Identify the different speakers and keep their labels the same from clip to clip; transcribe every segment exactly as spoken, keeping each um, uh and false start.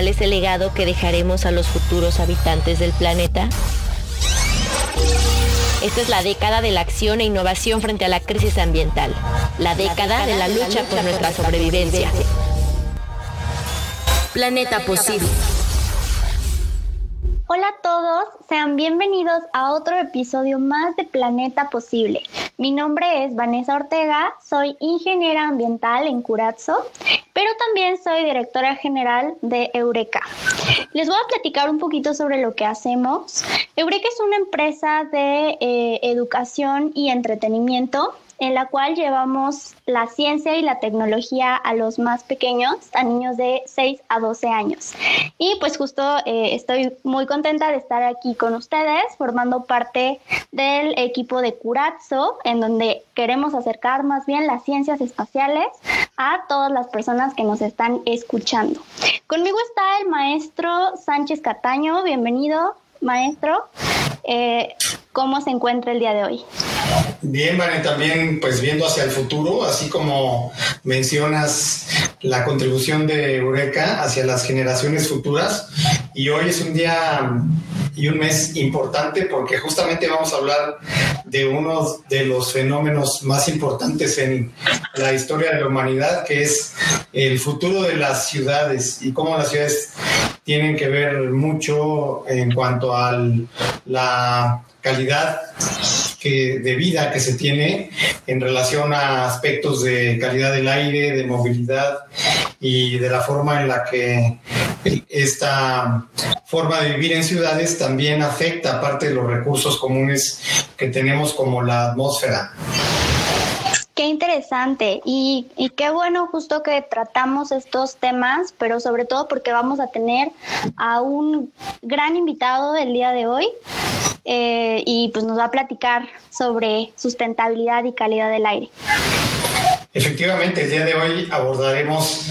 Speaker 1: ¿Cuál es el legado que dejaremos a los futuros habitantes del planeta? Esta es la década de la acción e innovación frente a la crisis ambiental, la década de la lucha por nuestra sobrevivencia. Planeta Posible.
Speaker 2: Hola a todos, sean bienvenidos a otro episodio más de Planeta Posible. Mi nombre es Vanessa Ortega, soy ingeniera ambiental en Curatso, pero también soy directora general de Eureka. Les voy a platicar un poquito sobre lo que hacemos. Eureka es una empresa de eh, educación y entretenimiento en la cual llevamos la ciencia y la tecnología a los más pequeños, a niños de seis a doce años. Y pues justo eh, estoy muy contenta de estar aquí con ustedes, formando parte del equipo de Curatso, en donde queremos acercar más bien las ciencias espaciales a todas las personas que nos están escuchando. Conmigo está el maestro Sánchez Cataño. Bienvenido, maestro. Eh, ¿Cómo se encuentra el día de hoy?
Speaker 3: Bien, Vane, también pues viendo hacia el futuro, así como mencionas la contribución de Eureka hacia las generaciones futuras, y hoy es un día y un mes importante porque justamente vamos a hablar de uno de los fenómenos más importantes en la historia de la humanidad, que es el futuro de las ciudades y cómo las ciudades tienen que ver mucho en cuanto a la calidad que, de vida que se tiene en relación a aspectos de calidad del aire, de movilidad y de la forma en la que esta forma de vivir en ciudades también afecta parte de los recursos comunes que tenemos como la atmósfera.
Speaker 2: Qué interesante y, y qué bueno justo que tratamos estos temas, pero sobre todo porque vamos a tener a un gran invitado el día de hoy eh, y pues nos va a platicar sobre sustentabilidad y calidad del aire.
Speaker 3: Efectivamente, el día de hoy abordaremos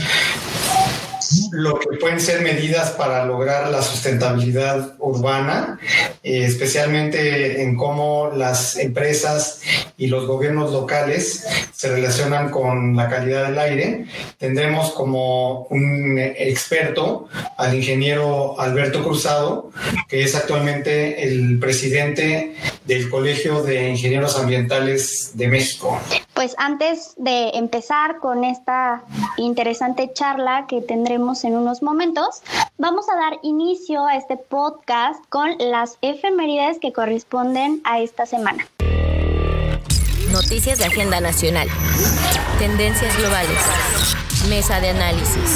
Speaker 3: lo que pueden ser medidas para lograr la sustentabilidad urbana, eh, especialmente en cómo las empresas y los gobiernos locales se relacionan con la calidad del aire. Tendremos como un experto al ingeniero Alberto Cruzado, que es actualmente el presidente del Colegio de Ingenieros Ambientales de México.
Speaker 2: Pues antes de empezar con esta interesante charla que tendremos en unos momentos, vamos a dar inicio a este podcast con las efemérides que corresponden a esta semana.
Speaker 1: Noticias de agenda nacional. Tendencias globales. Mesa de análisis.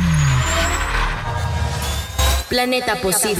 Speaker 1: Planeta Posible.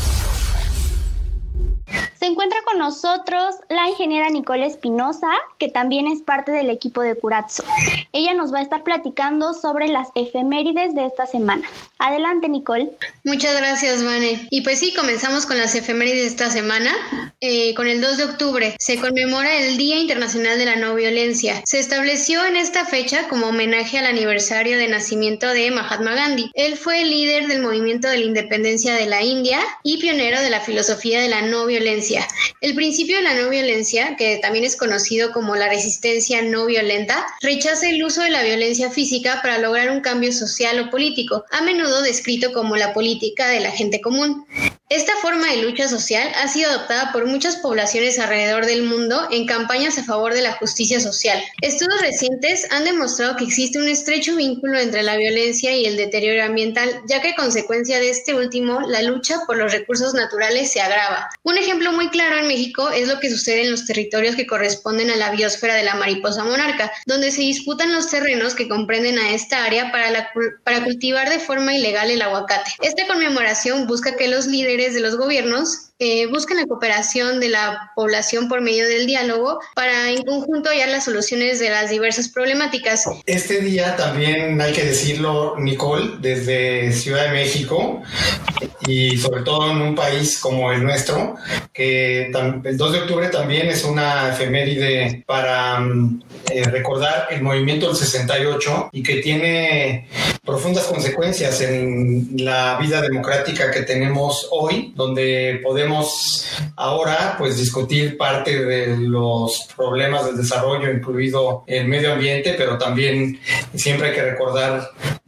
Speaker 2: Se encuentra con nosotros la ingeniera Nicole Espinosa, que también es parte del equipo de Curatso. Ella nos va a estar platicando sobre las efemérides de esta semana. Adelante, Nicole.
Speaker 4: Muchas gracias, Vane. Y pues sí, comenzamos con las efemérides de esta semana. Eh, con el dos de octubre se conmemora el Día Internacional de la No Violencia. Se estableció en esta fecha como homenaje al aniversario de nacimiento de Mahatma Gandhi. Él fue el líder del movimiento de la independencia de la India y pionero de la filosofía de la no violencia. El principio de la no violencia, que también es conocido como la resistencia no violenta, rechaza el uso de la violencia física para lograr un cambio social o político, a menudo descrito como la política de la gente común. Esta forma de lucha social ha sido adoptada por muchas poblaciones alrededor del mundo en campañas a favor de la justicia social. Estudios recientes han demostrado que existe un estrecho vínculo entre la violencia y el deterioro ambiental, ya que a consecuencia de este último, la lucha por los recursos naturales se agrava. Un ejemplo muy claro en México es lo que sucede en los territorios que corresponden a la biosfera de la mariposa monarca, donde se disputan los terrenos que comprenden a esta área para, la, para cultivar de forma ilegal el aguacate. Esta conmemoración busca que los líderes de los gobiernos eh, busquen la cooperación de la población por medio del diálogo para en conjunto hallar las soluciones de las diversas problemáticas.
Speaker 3: Este día también hay que decirlo, Nicole, desde Ciudad de México y sobre todo en un país como el nuestro, que el dos de octubre también es una efeméride para eh, recordar el movimiento del sesenta y ocho y que tiene profundas consecuencias en la vida democrática que tenemos hoy, donde podemos ahora pues discutir parte de los problemas del desarrollo, incluido el medio ambiente, pero también siempre hay que recordar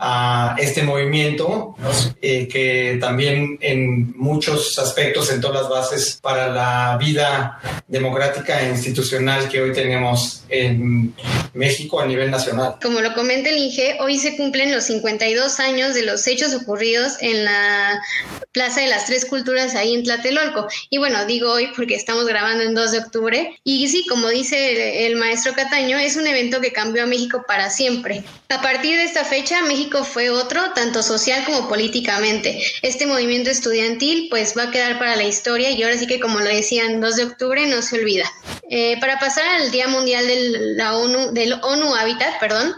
Speaker 3: a este movimiento eh, que también en muchos aspectos sentó las bases para la vida democrática e institucional que hoy tenemos en México a nivel nacional.
Speaker 4: Como lo comenta el Inge, hoy se cumplen los cincuenta y dos años de los hechos ocurridos en la Plaza de las Tres Culturas ahí en Tlatelolco. Y bueno, digo hoy porque estamos grabando en dos de octubre. Y sí, como dice el, el maestro Cataño, es un evento que cambió a México para siempre. A partir de esta fecha, México fue otro, tanto social como políticamente. Este movimiento estudiantil pues va a quedar para la historia y ahora sí que, como lo decían, dos de octubre no se olvida. Eh, para pasar al Día Mundial de la ONU, del ONU Habitat, perdón,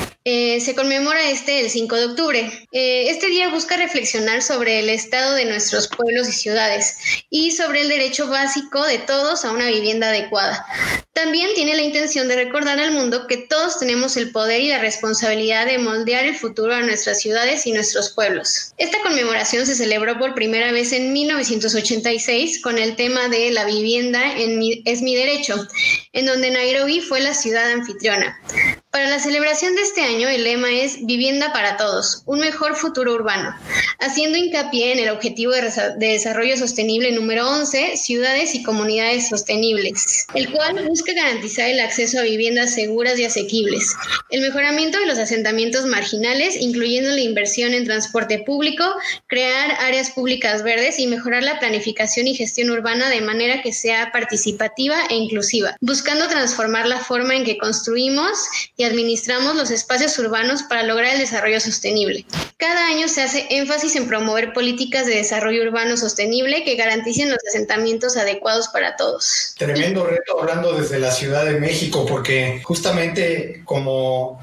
Speaker 4: Eh, se conmemora este el cinco de octubre. Eh, este día busca reflexionar sobre el estado de nuestros pueblos y ciudades y sobre el derecho básico de todos a una vivienda adecuada. También tiene la intención de recordar al mundo que todos tenemos el poder y la responsabilidad de moldear el futuro a nuestras ciudades y nuestros pueblos. Esta conmemoración se celebró por primera vez en mil novecientos ochenta y seis con el tema de la vivienda en mi, es mi derecho, en donde Nairobi fue la ciudad anfitriona. Para la celebración de este año, el lema es Vivienda para Todos, un mejor futuro urbano, haciendo hincapié en el objetivo de, resa- de desarrollo sostenible número once, ciudades y comunidades sostenibles, el cual busca garantizar el acceso a viviendas seguras y asequibles, el mejoramiento de los asentamientos marginales, incluyendo la inversión en transporte público, crear áreas públicas verdes y mejorar la planificación y gestión urbana de manera que sea participativa e inclusiva, buscando transformar la forma en que construimos y administramos los espacios urbanos para lograr el desarrollo sostenible. Cada año se hace énfasis en promover políticas de desarrollo urbano sostenible que garanticen los asentamientos adecuados para todos.
Speaker 3: Tremendo reto hablando desde la Ciudad de México, porque justamente como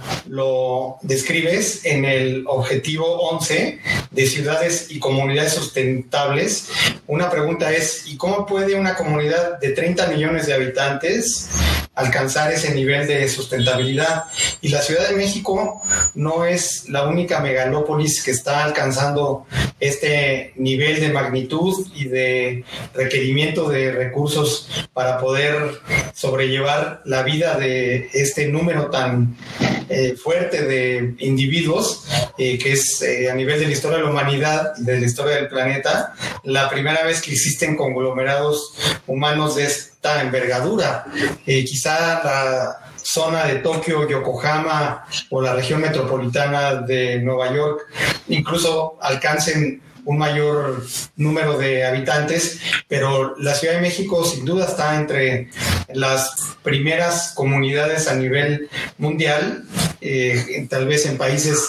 Speaker 3: lo describes en el objetivo once de ciudades y comunidades sustentables, una pregunta es, ¿y cómo puede una comunidad de treinta millones de habitantes alcanzar ese nivel de sustentabilidad? Y la Ciudad de México no es la única megalópolis que está alcanzando este nivel de magnitud y de requerimiento de recursos para poder sobrellevar la vida de este número tan eh, fuerte de individuos, eh, que es eh, a nivel de la historia de la humanidad y de la historia del planeta, la primera vez que existen conglomerados humanos de esta envergadura. Eh, quizá la zona de Tokio, Yokohama o la región metropolitana de Nueva York incluso alcancen un mayor número de habitantes, pero la Ciudad de México sin duda está entre las primeras comunidades a nivel mundial, eh, tal vez en países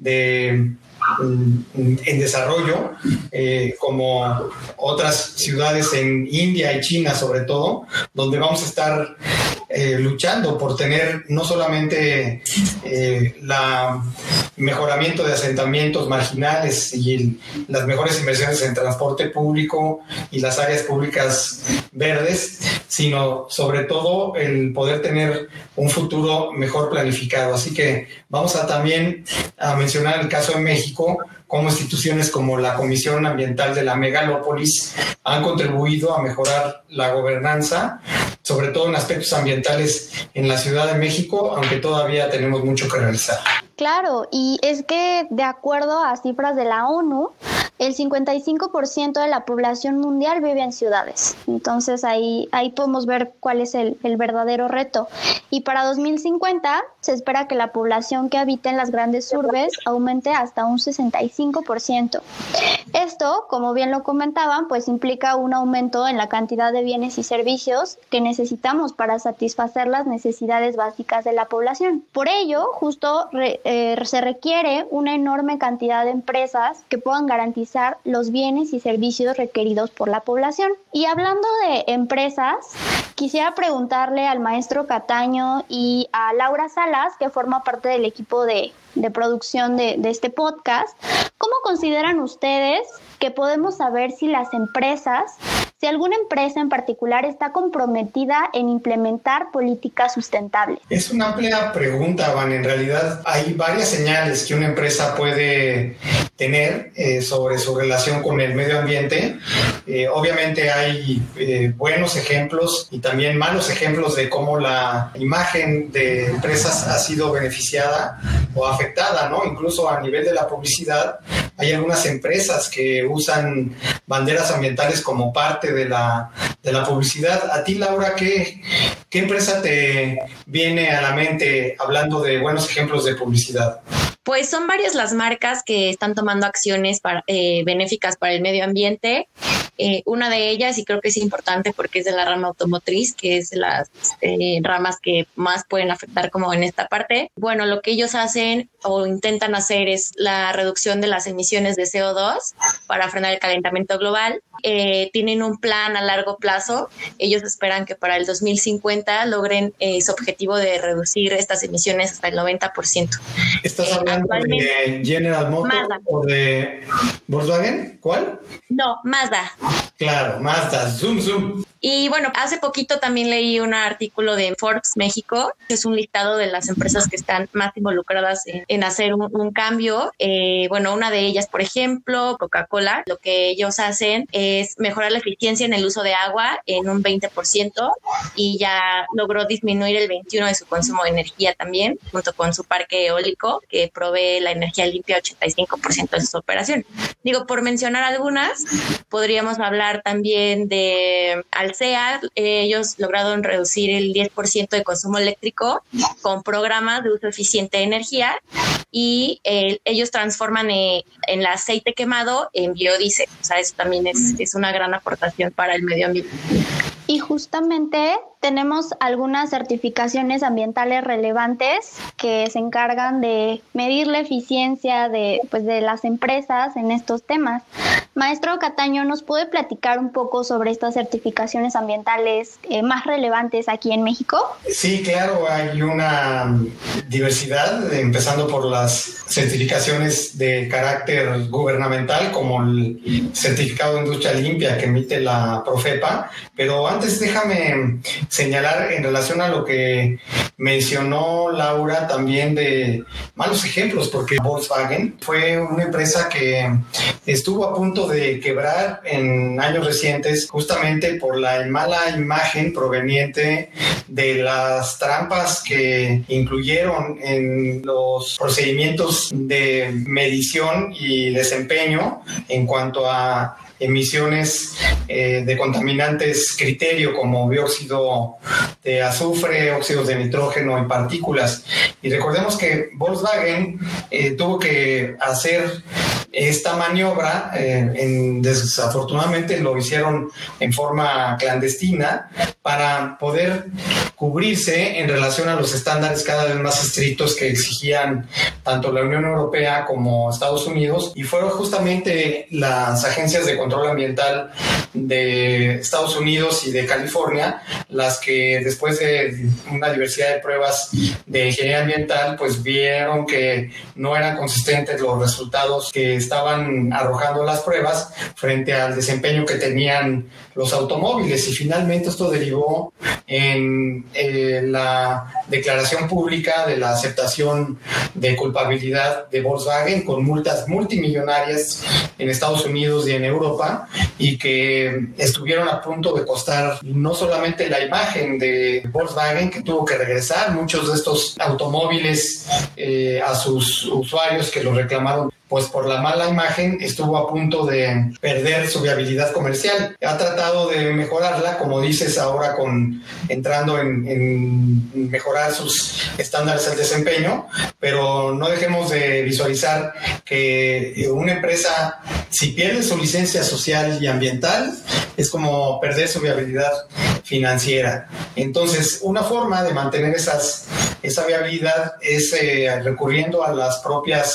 Speaker 3: de en desarrollo, eh, como otras ciudades en India y China sobre todo, donde vamos a estar eh, luchando por tener no solamente eh, la mejoramiento de asentamientos marginales y el, las mejores inversiones en transporte público y las áreas públicas verdes, sino sobre todo el poder tener un futuro mejor planificado. Así que vamos a también a mencionar el caso de México, cómo instituciones como la Comisión Ambiental de la Megalópolis han contribuido a mejorar la gobernanza, sobre todo en aspectos ambientales en la Ciudad de México, aunque todavía tenemos mucho que realizar.
Speaker 2: Claro, y es que de acuerdo a cifras de la ONU, el cincuenta y cinco por ciento de la población mundial vive en ciudades. Entonces ahí, ahí podemos ver cuál es el, el verdadero reto. Y para dos mil cincuenta se espera que la población que habita en las grandes urbes aumente hasta un sesenta y cinco por ciento. Esto, como bien lo comentaban, pues implica un aumento en la cantidad de bienes y servicios que necesitamos para satisfacer las necesidades básicas de la población. Por ello, justo re, eh, se requiere una enorme cantidad de empresas que puedan garantizar los bienes y servicios requeridos por la población. Y hablando de empresas, quisiera preguntarle al maestro Cataño y a Laura Salas, que forma parte del equipo de, de producción de, de este podcast, ¿cómo consideran ustedes que podemos saber si las empresas si alguna empresa en particular está comprometida en implementar políticas sustentables.
Speaker 3: Es una amplia pregunta, Van. En realidad hay varias señales que una empresa puede tener eh, sobre su relación con el medio ambiente. Eh, obviamente hay eh, buenos ejemplos y también malos ejemplos de cómo la imagen de empresas ha sido beneficiada o afectada, ¿no? Incluso a nivel de la publicidad, hay algunas empresas que usan banderas ambientales como parte de la, de la publicidad. A ti, Laura, ¿qué, qué empresa te viene a la mente hablando de buenos ejemplos de publicidad?
Speaker 1: Pues son varias las marcas que están tomando acciones para, eh, benéficas para el medio ambiente. Eh, una de ellas, y creo que es importante porque es de la rama automotriz, que es de las eh, ramas que más pueden afectar como en esta parte. Bueno, lo que ellos hacen o intentan hacer es la reducción de las emisiones de C O dos para frenar el calentamiento global. Eh, tienen un plan a largo plazo. Ellos esperan que para el dos mil cincuenta logren eh, su objetivo de reducir estas emisiones hasta el noventa por ciento.
Speaker 3: ¿Estás hablando de General Motors Mazda o de Volkswagen? ¿Cuál?
Speaker 1: No, Mazda.
Speaker 3: Claro, Mazda, zoom, zoom.
Speaker 1: Y bueno, hace poquito también leí un artículo de Forbes México, que es un listado de las empresas que están más involucradas en, en hacer un, un cambio. Eh, bueno, una de ellas, por ejemplo, Coca-Cola, lo que ellos hacen es mejorar la eficiencia en el uso de agua en un veinte por ciento y ya logró disminuir el veintiuno por ciento de su consumo de energía también, junto con su parque eólico, que provee la energía limpia ochenta y cinco por ciento de su operación. Digo, por mencionar algunas, podríamos hablar también de Alsea. Ellos lograron reducir el diez por ciento de consumo eléctrico con programas de uso eficiente de energía y eh, ellos transforman eh, el aceite quemado en biodiesel. O sea, eso también es, es una gran aportación para el medio ambiente.
Speaker 2: Y justamente tenemos algunas certificaciones ambientales relevantes que se encargan de medir la eficiencia de, pues, de las empresas en estos temas. Maestro Cataño, ¿nos puede platicar un poco sobre estas certificaciones ambientales eh, más relevantes aquí en México?
Speaker 3: Sí, claro, hay una diversidad, empezando por las certificaciones de carácter gubernamental, como el certificado de industria limpia que emite la Profepa, pero antes déjame señalar en relación a lo que mencionó Laura también de malos ejemplos, porque Volkswagen fue una empresa que estuvo a punto de quebrar en años recientes justamente por la mala imagen proveniente de las trampas que incluyeron en los procedimientos de medición y desempeño en cuanto a emisiones eh, de contaminantes criterio como dióxido de azufre, óxidos de nitrógeno y partículas. Y recordemos que Volkswagen eh, tuvo que hacer esta maniobra, eh, en, desafortunadamente lo hicieron en forma clandestina para poder cubrirse en relación a los estándares cada vez más estrictos que exigían tanto la Unión Europea como Estados Unidos, y fueron justamente las agencias de control ambiental de Estados Unidos y de California las que después de una diversidad de pruebas de ingeniería ambiental pues vieron que no eran consistentes los resultados que estaban arrojando las pruebas frente al desempeño que tenían los automóviles, y finalmente esto derivó en eh, la declaración pública de la aceptación de culpabilidad de Volkswagen con multas multimillonarias en Estados Unidos y en Europa, y que estuvieron a punto de costar no solamente la imagen de Volkswagen, que tuvo que regresar muchos de estos automóviles eh, a sus usuarios que los reclamaron pues por la mala imagen, estuvo a punto de perder su viabilidad comercial. Ha tratado de mejorarla, como dices ahora, con entrando en, en mejorar sus estándares de desempeño, pero no dejemos de visualizar que una empresa, si pierde su licencia social y ambiental, es como perder su viabilidad financiera. Entonces, una forma de mantener esas, esa viabilidad es eh, recurriendo a las propias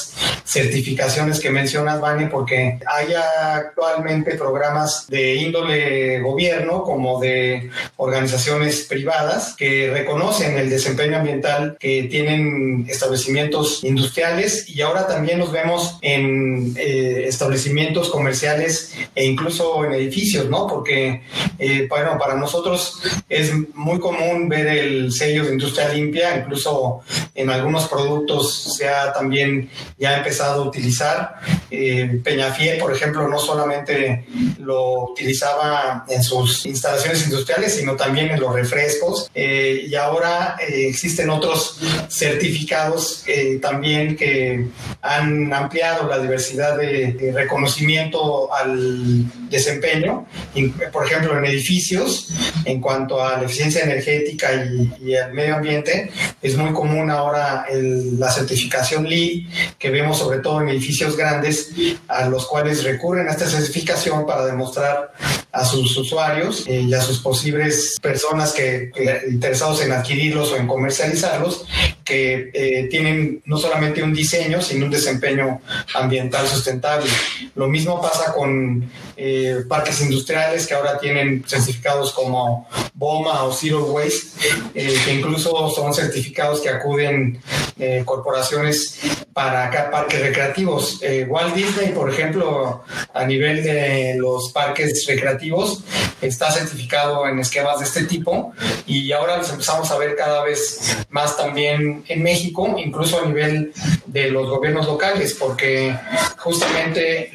Speaker 3: certificaciones que mencionas, Vane, porque hay actualmente programas de índole gobierno como de organizaciones privadas que reconocen el desempeño ambiental que tienen establecimientos industriales, y ahora también nos vemos en eh, establecimientos comerciales e incluso en edificios, ¿no? Porque, eh, bueno, para nosotros es muy común ver el sello de industria limpia, incluso en algunos productos se ha también ya empezado a utilizar. Eh, Peñafiel, por ejemplo, no solamente lo utilizaba en sus instalaciones industriales, sino también en los refrescos, eh, y ahora eh, existen otros certificados eh, también que han ampliado la diversidad de, de reconocimiento al desempeño, por ejemplo en edificios, en cuanto a la eficiencia energética y, y el medio ambiente. Es muy común ahora el, la certificación L E E, que vemos sobre todo en edificios grandes, a los cuales recurren a esta certificación para demostrar a sus usuarios eh, y a sus posibles personas que, que interesados en adquirirlos o en comercializarlos, que eh, tienen no solamente un diseño, sino un desempeño ambiental sustentable. Lo mismo pasa con eh, parques industriales que ahora tienen certificados como B O M A o Zero Waste, eh, que incluso son certificados que acuden eh, corporaciones para acá, parques recreativos. Eh, Walt Disney, por ejemplo, a nivel de los parques recreativos, está certificado en esquemas de este tipo, y ahora los empezamos a ver cada vez más también en México, incluso a nivel de los gobiernos locales, porque justamente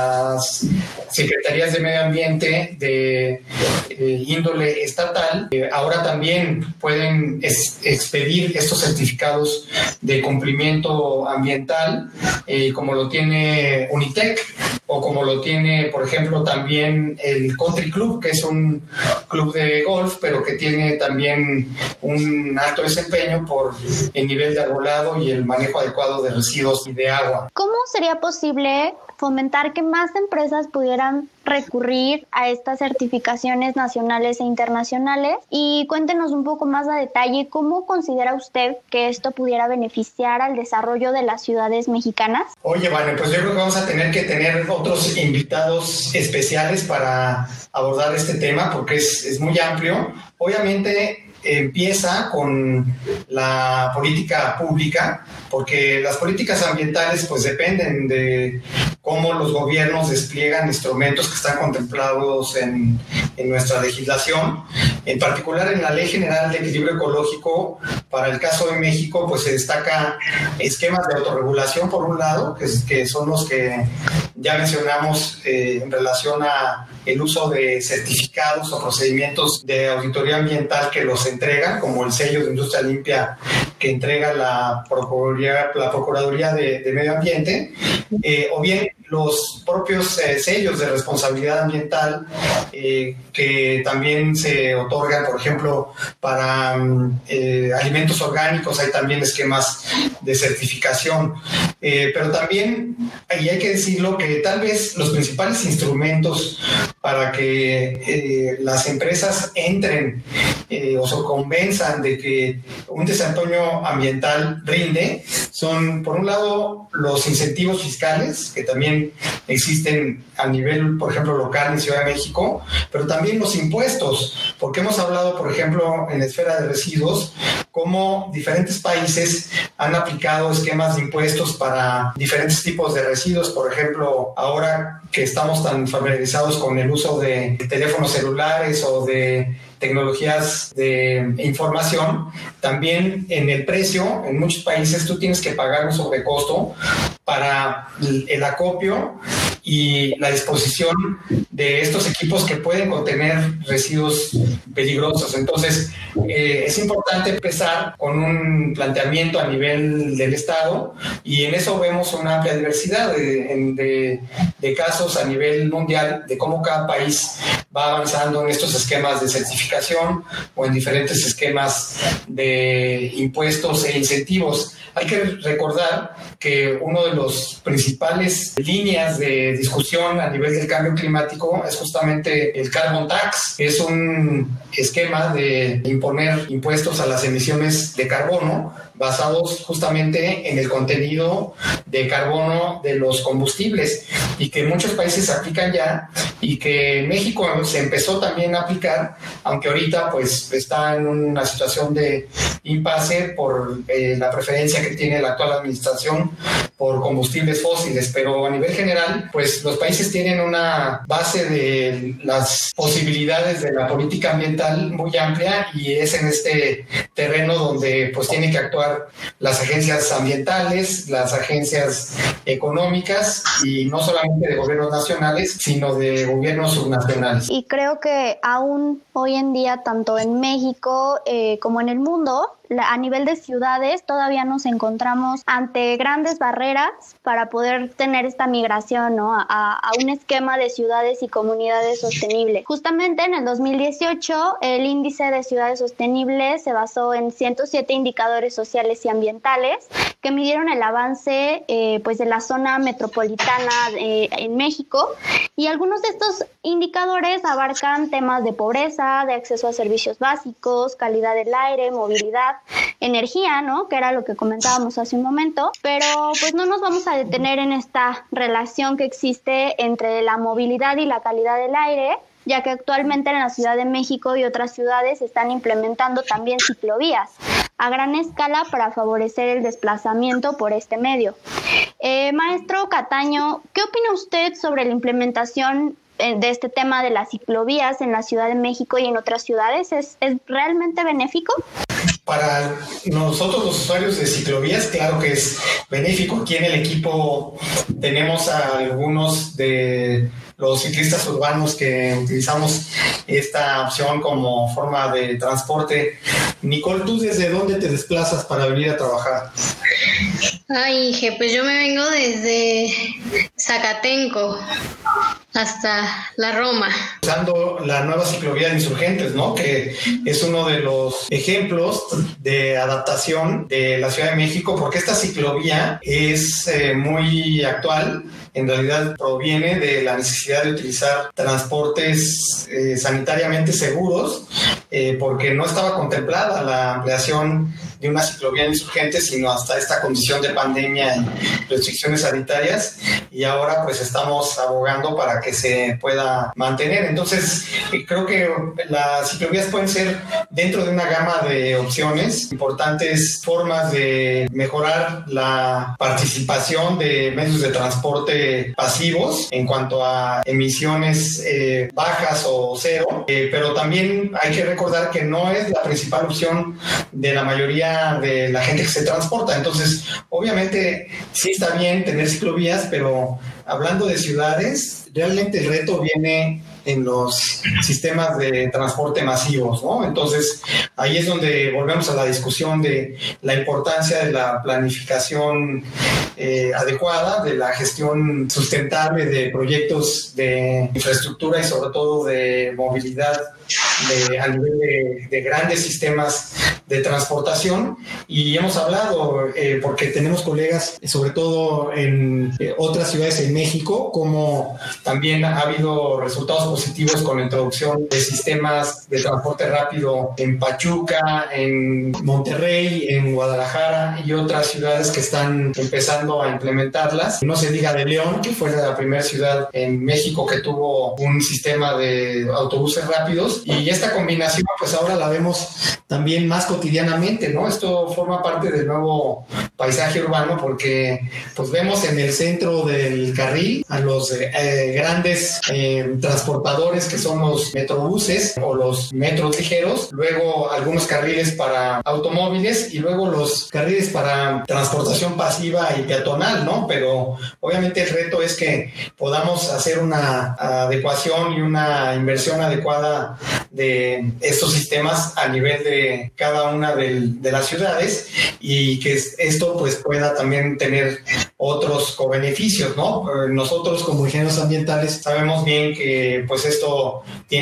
Speaker 3: las secretarías de medio ambiente de eh, índole estatal eh, ahora también pueden es, expedir estos certificados de cumplimiento ambiental, eh, como lo tiene Unitec, o como lo tiene, por ejemplo, también el Country Club, que es un club de golf, pero que tiene también un alto desempeño por el nivel de arbolado y el manejo adecuado de residuos y de agua.
Speaker 2: ¿Cómo sería posible fomentar que más empresas pudieran recurrir a estas certificaciones nacionales e internacionales? Y cuéntenos un poco más a detalle cómo considera usted que esto pudiera beneficiar al desarrollo de las ciudades mexicanas.
Speaker 3: Oye, vale, pues yo creo que vamos a tener que tener otros invitados especiales para abordar este tema, porque es, es muy amplio. Obviamente empieza con la política pública, porque las políticas ambientales pues dependen de cómo los gobiernos despliegan instrumentos que están contemplados en, en nuestra legislación. En particular en la Ley General de Equilibrio Ecológico, para el caso de México, pues se destaca esquemas de autorregulación por un lado, que, es, que son los que ya mencionamos eh, en relación a el uso de certificados o procedimientos de auditoría ambiental que los entregan, como el sello de industria limpia que entrega la Procuraduría, la Procuraduría de, de Medio Ambiente, eh, o bien los propios eh, sellos de responsabilidad ambiental eh, que también se otorgan, por ejemplo, para eh, alimentos orgánicos. Hay también esquemas de certificación, eh, pero también, y hay que decirlo, que tal vez los principales instrumentos para que eh, las empresas entren eh, o se convenzan de que un desempeño ambiental rinde son, por un lado, los incentivos fiscales, que también existen a nivel, por ejemplo, local en Ciudad de México, pero también los impuestos, porque hemos hablado, por ejemplo, en la esfera de residuos, cómo diferentes países han aplicado esquemas de impuestos para diferentes tipos de residuos. Por ejemplo, ahora que estamos tan familiarizados con el uso de teléfonos celulares o de tecnologías de información, también en el precio, en muchos países tú tienes que pagar un sobrecosto para el acopio y la disposición de estos equipos que pueden contener residuos peligrosos. Entonces, eh, es importante empezar con un planteamiento a nivel del Estado, y en eso vemos una amplia diversidad de, de, de casos a nivel mundial, de cómo cada país va avanzando en estos esquemas de certificación o en diferentes esquemas de impuestos e incentivos. Hay que recordar que uno de los principales líneas de discusión a nivel del cambio climático es justamente el Carbon Tax. Es un esquema de imponer impuestos a las emisiones de carbono basados justamente en el contenido de carbono de los combustibles y que muchos países se aplican ya y que México se empezó también a aplicar, aunque ahorita pues está en una situación de impasse por eh, la preferencia que tiene la actual administración por combustibles fósiles, pero a nivel general pues los países tienen una base de las posibilidades de la política ambiental muy amplia y es en este terreno donde pues tienen que actuar las agencias ambientales, las agencias económicas y no solamente de gobiernos nacionales, sino de gobiernos subnacionales.
Speaker 2: Y creo que aún hoy en día, tanto en México eh, como en el mundo, a nivel de ciudades todavía nos encontramos ante grandes barreras para poder tener esta migración, ¿no? a, a un esquema de ciudades y comunidades sostenibles. Justamente en el dos mil dieciocho el índice de ciudades sostenibles se basó en ciento siete indicadores sociales y ambientales que midieron el avance eh, pues de la zona metropolitana eh, en México, y algunos de estos indicadores abarcan temas de pobreza, de acceso a servicios básicos, calidad del aire, movilidad, energía, ¿no? Que era lo que comentábamos hace un momento, pero pues no nos vamos a detener en esta relación que existe entre la movilidad y la calidad del aire, ya que actualmente en la Ciudad de México y otras ciudades se están implementando también ciclovías a gran escala para favorecer el desplazamiento por este medio. Eh, maestro Cataño, ¿qué opina usted sobre la implementación de este tema de las ciclovías en la Ciudad de México y en otras ciudades? ¿Es, es realmente benéfico?
Speaker 3: Para nosotros los usuarios de ciclovías, claro que es benéfico. Aquí en el equipo tenemos a algunos de los ciclistas urbanos que utilizamos esta opción como forma de transporte. Nicole, ¿tú desde dónde te desplazas para venir a trabajar?
Speaker 4: Ay, Inge, pues yo me vengo desde Zacatenco hasta la Roma.
Speaker 3: Usando la nueva ciclovía de Insurgentes, ¿no? Que es uno de los ejemplos de adaptación de la Ciudad de México, porque esta ciclovía es eh, muy actual. En realidad proviene de la necesidad de utilizar transportes eh, sanitariamente seguros, eh, porque no estaba contemplada la ampliación de una ciclovía en Insurgentes, sino hasta esta condición de pandemia y restricciones sanitarias, y ahora pues estamos abogando para que se pueda mantener. Entonces eh, creo que las ciclovías pueden ser dentro de una gama de opciones, importantes formas de mejorar la participación de medios de transporte pasivos en cuanto a emisiones eh, bajas o cero, eh, pero también hay que recordar que no es la principal opción de la mayoría de la gente que se transporta. Entonces, obviamente sí está bien tener ciclovías, pero hablando de ciudades, realmente el reto viene en los sistemas de transporte masivos, ¿no? Entonces, ahí es donde volvemos a la discusión de la importancia de la planificación eh, adecuada, de la gestión sustentable de proyectos de infraestructura y sobre todo de movilidad de, a nivel de, de grandes sistemas de transportación. Y hemos hablado, eh, porque tenemos colegas, sobre todo en eh, otras ciudades en México, como también ha habido resultados positivos con la introducción de sistemas de transporte rápido en Pachuca, en Monterrey, en Guadalajara y otras ciudades que están empezando a implementarlas. No se diga de León, que fue la primera ciudad en México que tuvo un sistema de autobuses rápidos, y esta combinación pues ahora la vemos también más cotidianamente, ¿no? Esto forma parte del nuevo paisaje urbano, porque pues vemos en el centro del carril a los eh, grandes eh, transportadores que son los metrobuses o los metros ligeros, luego algunos carriles para automóviles y luego los carriles para transportación pasiva y peatonal, ¿no? Pero obviamente el reto es que podamos hacer una adecuación y una inversión adecuada de estos sistemas a nivel de cada una de, de las ciudades, y que esto pues pueda también tener otros co-beneficios, ¿no? Nosotros como ingenieros ambientales sabemos bien que pues esto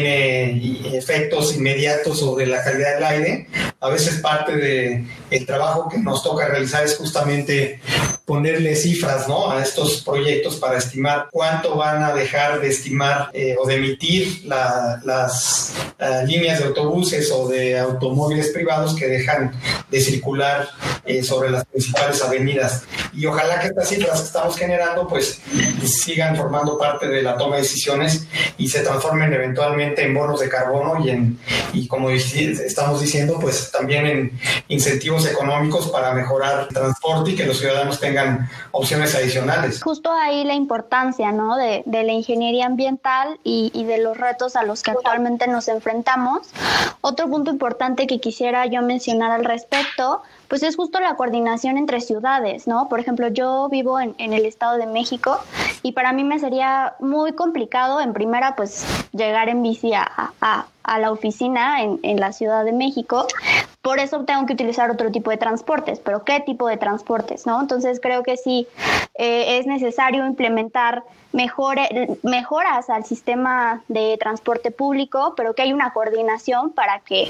Speaker 3: tiene efectos inmediatos sobre la calidad del aire. A veces parte de el trabajo que nos toca realizar es justamente ponerle cifras, ¿no?, a estos proyectos para estimar cuánto van a dejar de estimar eh, o de emitir la, las uh, líneas de autobuses o de automóviles privados que dejan de circular eh, sobre las principales avenidas. Y ojalá que estas cifras que estamos generando pues sigan formando parte de la toma de decisiones y se transformen eventualmente en bonos de carbono y, en, y como estamos diciendo, pues también en incentivos económicos para mejorar el transporte y que los ciudadanos tengan opciones adicionales.
Speaker 2: Justo ahí la importancia, ¿no?, de, de la ingeniería ambiental y, y de los retos a los que actualmente nos enfrentamos. Otro punto importante que quisiera yo mencionar al respecto, pues es justo la coordinación entre ciudades, ¿no? Por ejemplo, yo vivo en, en el Estado de México y para mí me sería muy complicado, en primera, pues llegar en bici a, a, a la oficina en, en la Ciudad de México. Por eso tengo que utilizar otro tipo de transportes, pero ¿qué tipo de transportes, no? Entonces creo que sí eh, es necesario implementar mejore, mejoras al sistema de transporte público, pero que hay una coordinación para que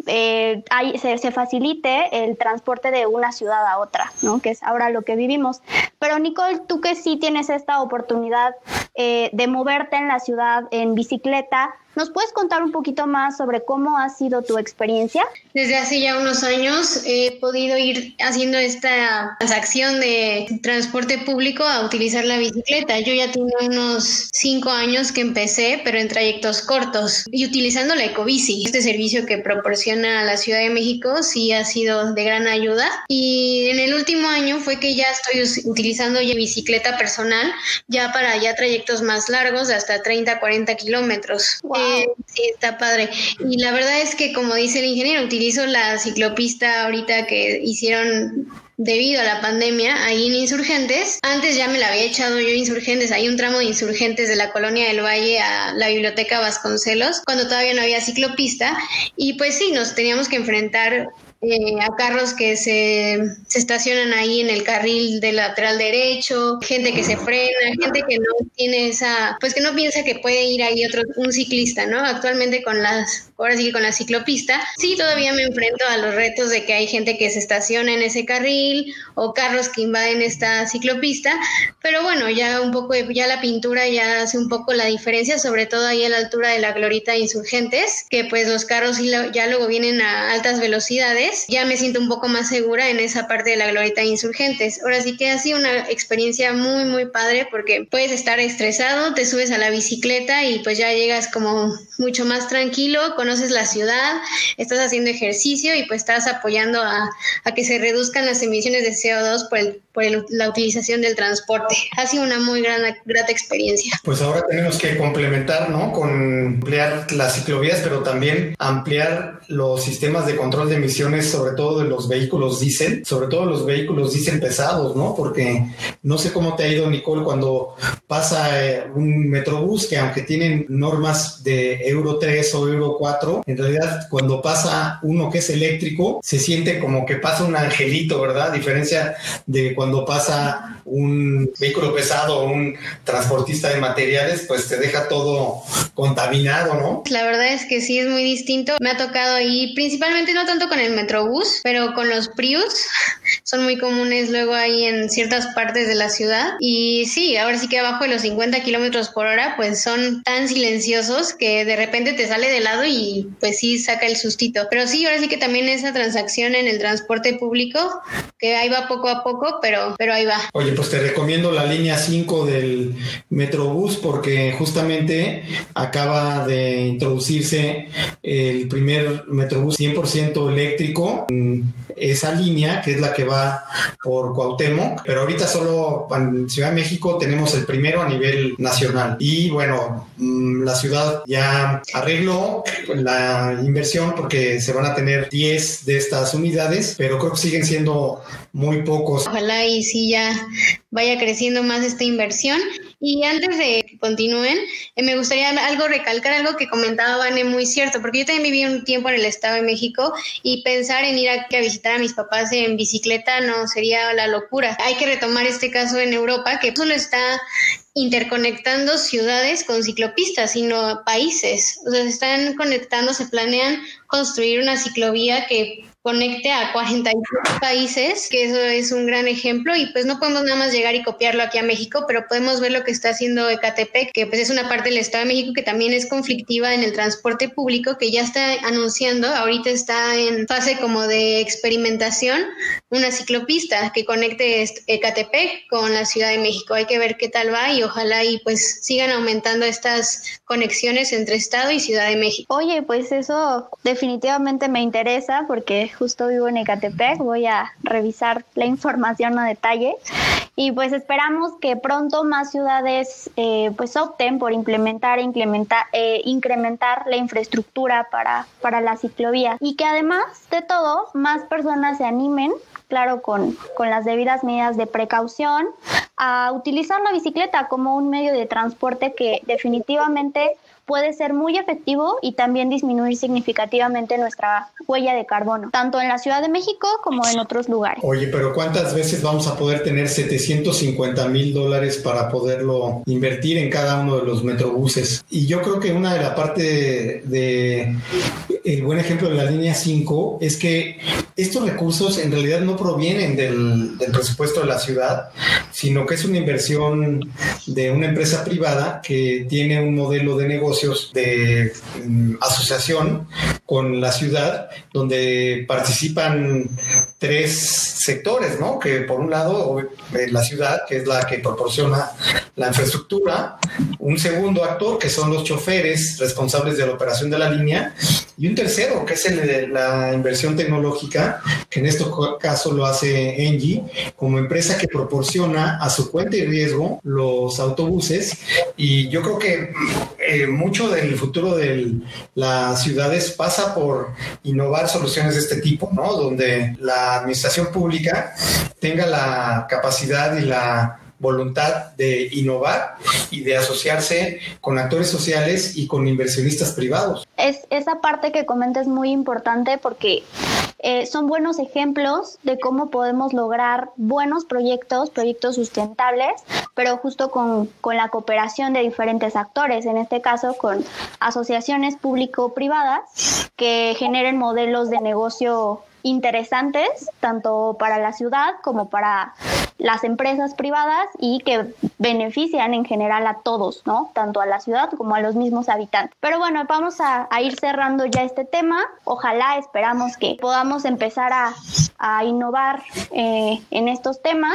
Speaker 2: eh, hay, se, se facilite el transporte de una ciudad a otra, ¿no?, que es ahora lo que vivimos. Pero Nicole, tú que sí tienes esta oportunidad eh, de moverte en la ciudad en bicicleta, ¿nos puedes contar un poquito más sobre cómo ha sido tu experiencia?
Speaker 4: Desde hace ya unos años he podido ir haciendo esta transacción de transporte público a utilizar la bicicleta. Yo ya tengo unos cinco años que empecé, pero en trayectos cortos y utilizando la Ecobici. Este servicio que proporciona la Ciudad de México sí ha sido de gran ayuda. Y en el último año fue que ya estoy utilizando ya bicicleta personal, ya para ya trayectos más largos, de hasta treinta, cuarenta kilómetros.
Speaker 2: Wow.
Speaker 4: Eh, sí, está padre. Y la verdad es que, como dice el ingeniero, utilizo la ciclopista ahorita que hicieron debido a la pandemia ahí en Insurgentes. Antes ya me la había echado yo Insurgentes, hay un tramo de Insurgentes de la Colonia del Valle a la Biblioteca Vasconcelos, cuando todavía no había ciclopista, y pues sí, nos teníamos que enfrentar Eh, a carros que se, se estacionan ahí en el carril del lateral derecho, gente que se frena, gente que no tiene esa, pues que no piensa que puede ir ahí otro, un ciclista, ¿no? Actualmente con las, ahora sí que con la ciclopista, sí todavía me enfrento a los retos de que hay gente que se estaciona en ese carril o carros que invaden esta ciclopista, pero bueno, ya un poco, ya la pintura ya hace un poco la diferencia, sobre todo ahí a la altura de la Glorieta de Insurgentes, que pues los carros ya luego vienen a altas velocidades. Ya me siento un poco más segura en esa parte de la Glorieta de Insurgentes. Ahora sí que ha sido una experiencia muy, muy padre porque puedes estar estresado, te subes a la bicicleta y pues ya llegas como mucho más tranquilo, conoces la ciudad, estás haciendo ejercicio y pues estás apoyando a, a que se reduzcan las emisiones de C O dos por, el, por el, la utilización del transporte. Ha sido una muy gran, grata experiencia.
Speaker 3: Pues ahora tenemos que complementar, ¿no?, con ampliar las ciclovías, pero también ampliar los sistemas de control de emisiones, sobre todo de los vehículos diésel, sobre todo los vehículos diésel pesados, ¿no? Porque no sé cómo te ha ido, Nicole, cuando pasa eh, un Metrobús, que aunque tienen normas de Euro tres o Euro cuatro, en realidad cuando pasa uno que es eléctrico, se siente como que pasa un angelito, ¿verdad? A diferencia de cuando pasa un vehículo pesado o un transportista de materiales, pues te deja todo contaminado, ¿no?
Speaker 4: La verdad es que sí es muy distinto. Me ha tocado ahí, principalmente no tanto con el Metrobús, pero con los Prius, son muy comunes luego ahí en ciertas partes de la ciudad. Y sí, ahora sí que abajo de los cincuenta kilómetros por hora, pues son tan silenciosos que de repente te sale de lado y pues sí saca el sustito. Pero sí, ahora sí que también esa transacción en el transporte público, que ahí va poco a poco, pero, pero ahí va.
Speaker 3: Oye, pues te recomiendo la línea cinco del Metrobús porque justamente acaba de introducirse el primer Metrobús cien por ciento eléctrico. Esa línea, que es la que va por Cuauhtémoc, pero ahorita solo en Ciudad de México tenemos el primero a nivel nacional. Y bueno, la ciudad ya arregló la inversión porque se van a tener diez de estas unidades, pero creo que siguen siendo muy pocos.
Speaker 4: Ojalá y sí ya vaya creciendo más esta inversión. Y antes de que continúen, eh, me gustaría algo recalcar, algo que comentaba Vane, muy cierto, porque yo también viví un tiempo en el Estado de México y pensar en ir a, a visitar a mis papás en bicicleta no sería la locura. Hay que retomar este caso en Europa, que solo está interconectando ciudades con ciclopistas, sino países. O sea, se están conectando, se planean construir una ciclovía que conecte a cuarenta y siete países, que eso es un gran ejemplo, y pues no podemos nada más llegar y copiarlo aquí a México, pero podemos ver lo que está haciendo Ecatepec, que pues es una parte del Estado de México que también es conflictiva en el transporte público, que ya está anunciando, ahorita está en fase como de experimentación, una ciclopista que conecte Ecatepec con la Ciudad de México. Hay que ver qué tal va y ojalá y pues sigan aumentando estas conexiones entre Estado y Ciudad de México.
Speaker 2: Oye, pues eso definitivamente me interesa porque justo vivo en Ecatepec, voy a revisar la información a detalle y pues esperamos que pronto más ciudades eh, pues opten por implementar e implementar, eh, incrementar la infraestructura para, para la ciclovía y que además de todo más personas se animen, claro, con, con las debidas medidas de precaución, a utilizar la bicicleta como un medio de transporte que definitivamente puede ser muy efectivo y también disminuir significativamente nuestra huella de carbono, tanto en la Ciudad de México como en otros lugares.
Speaker 3: Oye, pero ¿cuántas veces vamos a poder tener setecientos cincuenta mil dólares para poderlo invertir en cada uno de los metrobuses? Y yo creo que una de la parte de, de el buen ejemplo de la línea cinco es que estos recursos en realidad no provienen del, del presupuesto de la ciudad, sino que es una inversión de una empresa privada que tiene un modelo de negocio de um, asociación con la ciudad, donde participan tres sectores, ¿no? Que por un lado la ciudad, que es la que proporciona la infraestructura, un segundo actor, que son los choferes responsables de la operación de la línea, y un tercero, que es el de la inversión tecnológica, que en este caso lo hace Engie, como empresa que proporciona a su cuenta y riesgo los autobuses. Y yo creo que eh, mucho del futuro de las ciudades pasa por innovar soluciones de este tipo, ¿no? Donde la administración pública tenga la capacidad y la voluntad de innovar y de asociarse con actores sociales y con inversionistas privados.
Speaker 2: Es, esa parte que comentas es muy importante porque eh, son buenos ejemplos de cómo podemos lograr buenos proyectos, proyectos sustentables, pero justo con, con la cooperación de diferentes actores, en este caso con asociaciones público-privadas que generen modelos de negocio interesantes, tanto para la ciudad como para las empresas privadas y que benefician en general a todos, ¿no? Tanto a la ciudad como a los mismos habitantes. Pero bueno, vamos a, a ir cerrando ya este tema. Ojalá, esperamos que podamos empezar a, a innovar eh, en estos temas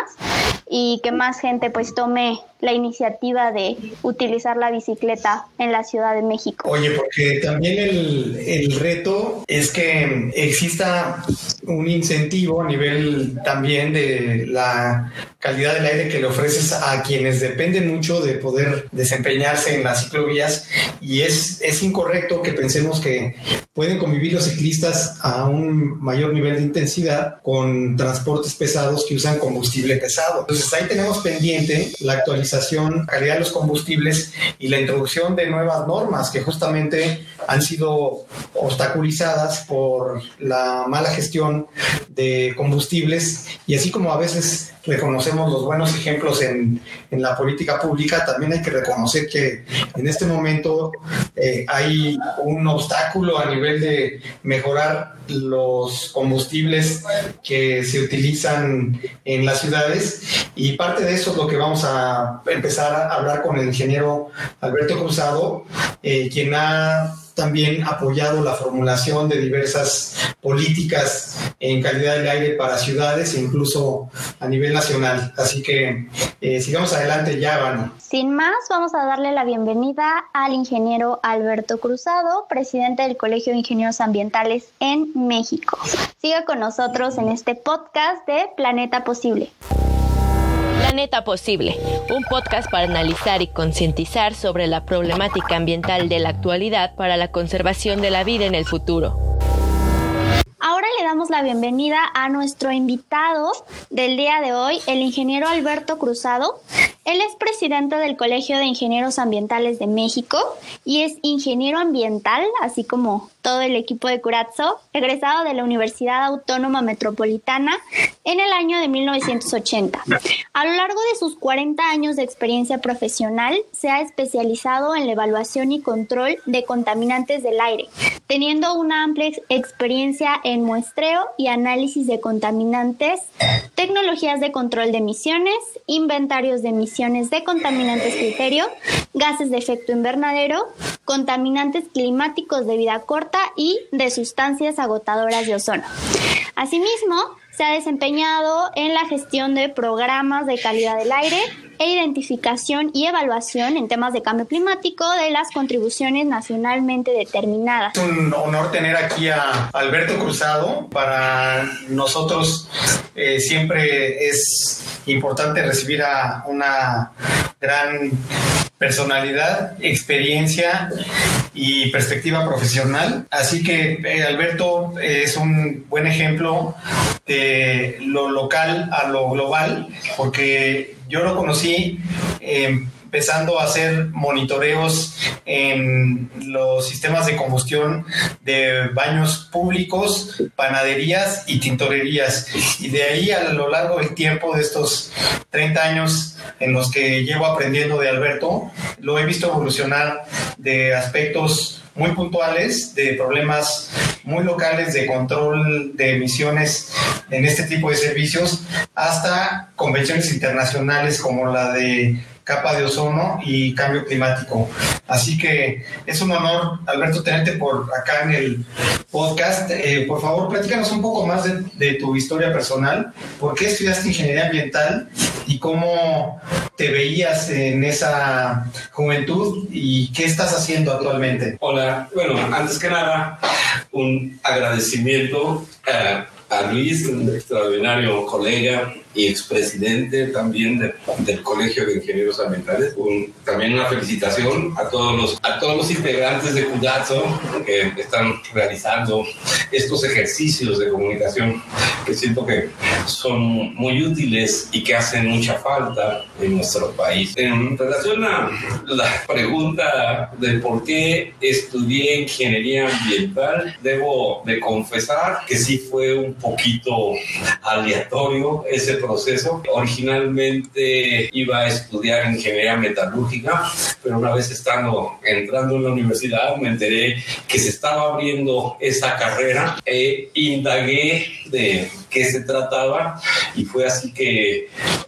Speaker 2: y que más gente pues tome la iniciativa de utilizar la bicicleta en la Ciudad de México.
Speaker 3: Oye, porque también el, el reto es que exista un incentivo a nivel también de la calidad del aire que le ofreces a quienes dependen mucho de poder desempeñarse en las ciclovías, y es, es incorrecto que pensemos que pueden convivir los ciclistas a un mayor nivel de intensidad con transportes pesados que usan combustible pesado. Entonces ahí tenemos pendiente la actualización, calidad de los combustibles y la introducción de nuevas normas que justamente han sido obstaculizadas por la mala gestión de combustibles, y así como a veces reconocemos los buenos ejemplos en, en la política pública, también hay que reconocer que en este momento eh, hay un obstáculo a nivel de mejorar los combustibles que se utilizan en las ciudades, y parte de eso es lo que vamos a empezar a hablar con el ingeniero Alberto Cruzado, eh, quien ha también apoyado la formulación de diversas políticas en calidad del aire para ciudades e incluso a nivel nacional. Así que eh, sigamos adelante ya, Vani.
Speaker 2: Sin más, vamos a darle la bienvenida al ingeniero Alberto Cruzado, presidente del Colegio de Ingenieros Ambientales en México. Siga con nosotros en este podcast de Planeta Posible.
Speaker 5: Planeta Posible, un podcast para analizar y concientizar sobre la problemática ambiental de la actualidad para la conservación de la vida en el futuro.
Speaker 2: Ahora le damos la bienvenida a nuestro invitado del día de hoy, el ingeniero Alberto Cruzado. Él es presidente del Colegio de Ingenieros Ambientales de México y es ingeniero ambiental, así como todo el equipo de Curatso, egresado de la Universidad Autónoma Metropolitana en el año de mil novecientos ochenta. A lo largo de sus cuarenta años de experiencia profesional, se ha especializado en la evaluación y control de contaminantes del aire, teniendo una amplia ex- experiencia en muestreo y análisis de contaminantes, tecnologías de control de emisiones, inventarios de emisiones de contaminantes criterio, gases de efecto invernadero, contaminantes climáticos de vida corta y de sustancias agotadoras de ozono. Asimismo, se ha desempeñado en la gestión de programas de calidad del aire e identificación y evaluación en temas de cambio climático de las contribuciones nacionalmente determinadas.
Speaker 3: Es un honor tener aquí a Alberto Cruzado. Para nosotros eh, siempre es importante recibir a una gran personalidad, experiencia y perspectiva profesional. Así que eh, Alberto es un buen ejemplo de lo local a lo global, porque yo lo conocí eh, empezando a hacer monitoreos en los sistemas de combustión de baños públicos, panaderías y tintorerías. Y de ahí, a lo largo del tiempo de estos treinta años en los que llevo aprendiendo de Alberto, lo he visto evolucionar de aspectos muy puntuales, de problemas muy locales de control de emisiones en este tipo de servicios, hasta convenciones internacionales como la de capa de ozono y cambio climático. Así que es un honor, Alberto, tenerte por acá en el podcast. Eh, por favor, platícanos un poco más de, de tu historia personal. ¿Por qué estudiaste ingeniería ambiental y cómo te veías en esa juventud y qué estás haciendo actualmente?
Speaker 6: Hola, bueno, antes que nada, un agradecimiento a, a Luis, un extraordinario colega y expresidente también de, del Colegio de Ingenieros Ambientales. Un, también una felicitación a todos los a todos los integrantes de Cudatso que están realizando estos ejercicios de comunicación que siento que son muy útiles y que hacen mucha falta en nuestro país. En relación a la pregunta de por qué estudié ingeniería ambiental, debo de confesar que sí fue un poquito aleatorio ese proceso. Originalmente iba a estudiar ingeniería metalúrgica, pero una vez estando entrando en la universidad me enteré que se estaba abriendo esa carrera e indagué de qué se trataba y fue así que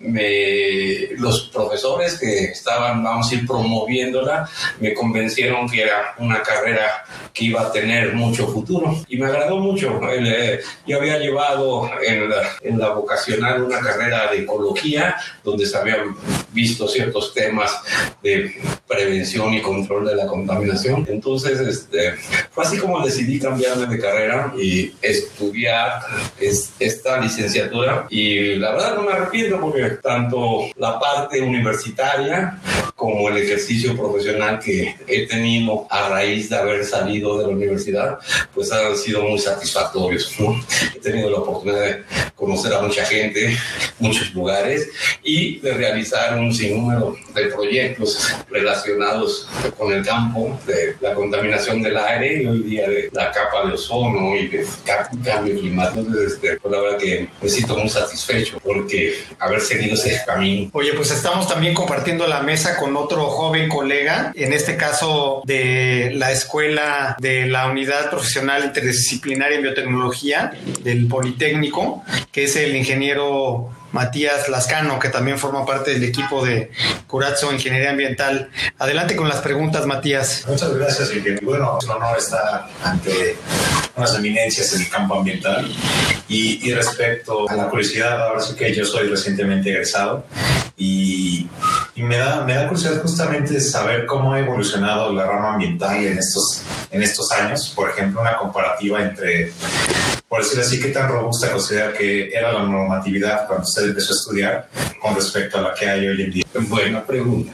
Speaker 6: me, los profesores que estaban, vamos a ir promoviéndola, me convencieron que era una carrera que iba a tener mucho futuro y me agradó mucho. El, eh, yo había llevado en la, en la vocacional una carrera de ecología donde se habían visto ciertos temas de prevención y control de la contaminación. Entonces este, fue así como decidí cambiarme de carrera y estudiar es, esta licenciatura, y la verdad no me arrepiento porque tanto la parte universitaria como el ejercicio profesional que he tenido a raíz de haber salido de la universidad pues han sido muy satisfactorios, ¿no? He tenido la oportunidad de conocer a mucha gente, muchos lugares y de realizar un sinnúmero de proyectos relacionados con el campo de la contaminación del aire y hoy día de la capa de ozono y de cambio climático. Entonces, este, pues la verdad que me siento muy satisfecho porque haber seguido ese camino.
Speaker 3: Oye, pues estamos también compartiendo la mesa con otro joven colega, en este caso de la Escuela de la Unidad Profesional Interdisciplinaria en Biotecnología del Politécnico, que es el ingeniero Matías Lascano, que también forma parte del equipo de Curatso Ingeniería Ambiental. Adelante con las preguntas, Matías.
Speaker 7: Muchas gracias, ingeniero. Bueno, es un honor estar ante unas eminencias en el campo ambiental. Y, y respecto a la curiosidad, ahora sí que yo soy recientemente egresado y, y me, da, me da curiosidad justamente saber cómo ha evolucionado la rama ambiental en estos, en estos años. Por ejemplo, una comparativa entre, por decirlo así, qué tan robusta considera que era la normatividad cuando usted empezó a estudiar con respecto a la que hay hoy en día.
Speaker 6: Buena pregunta.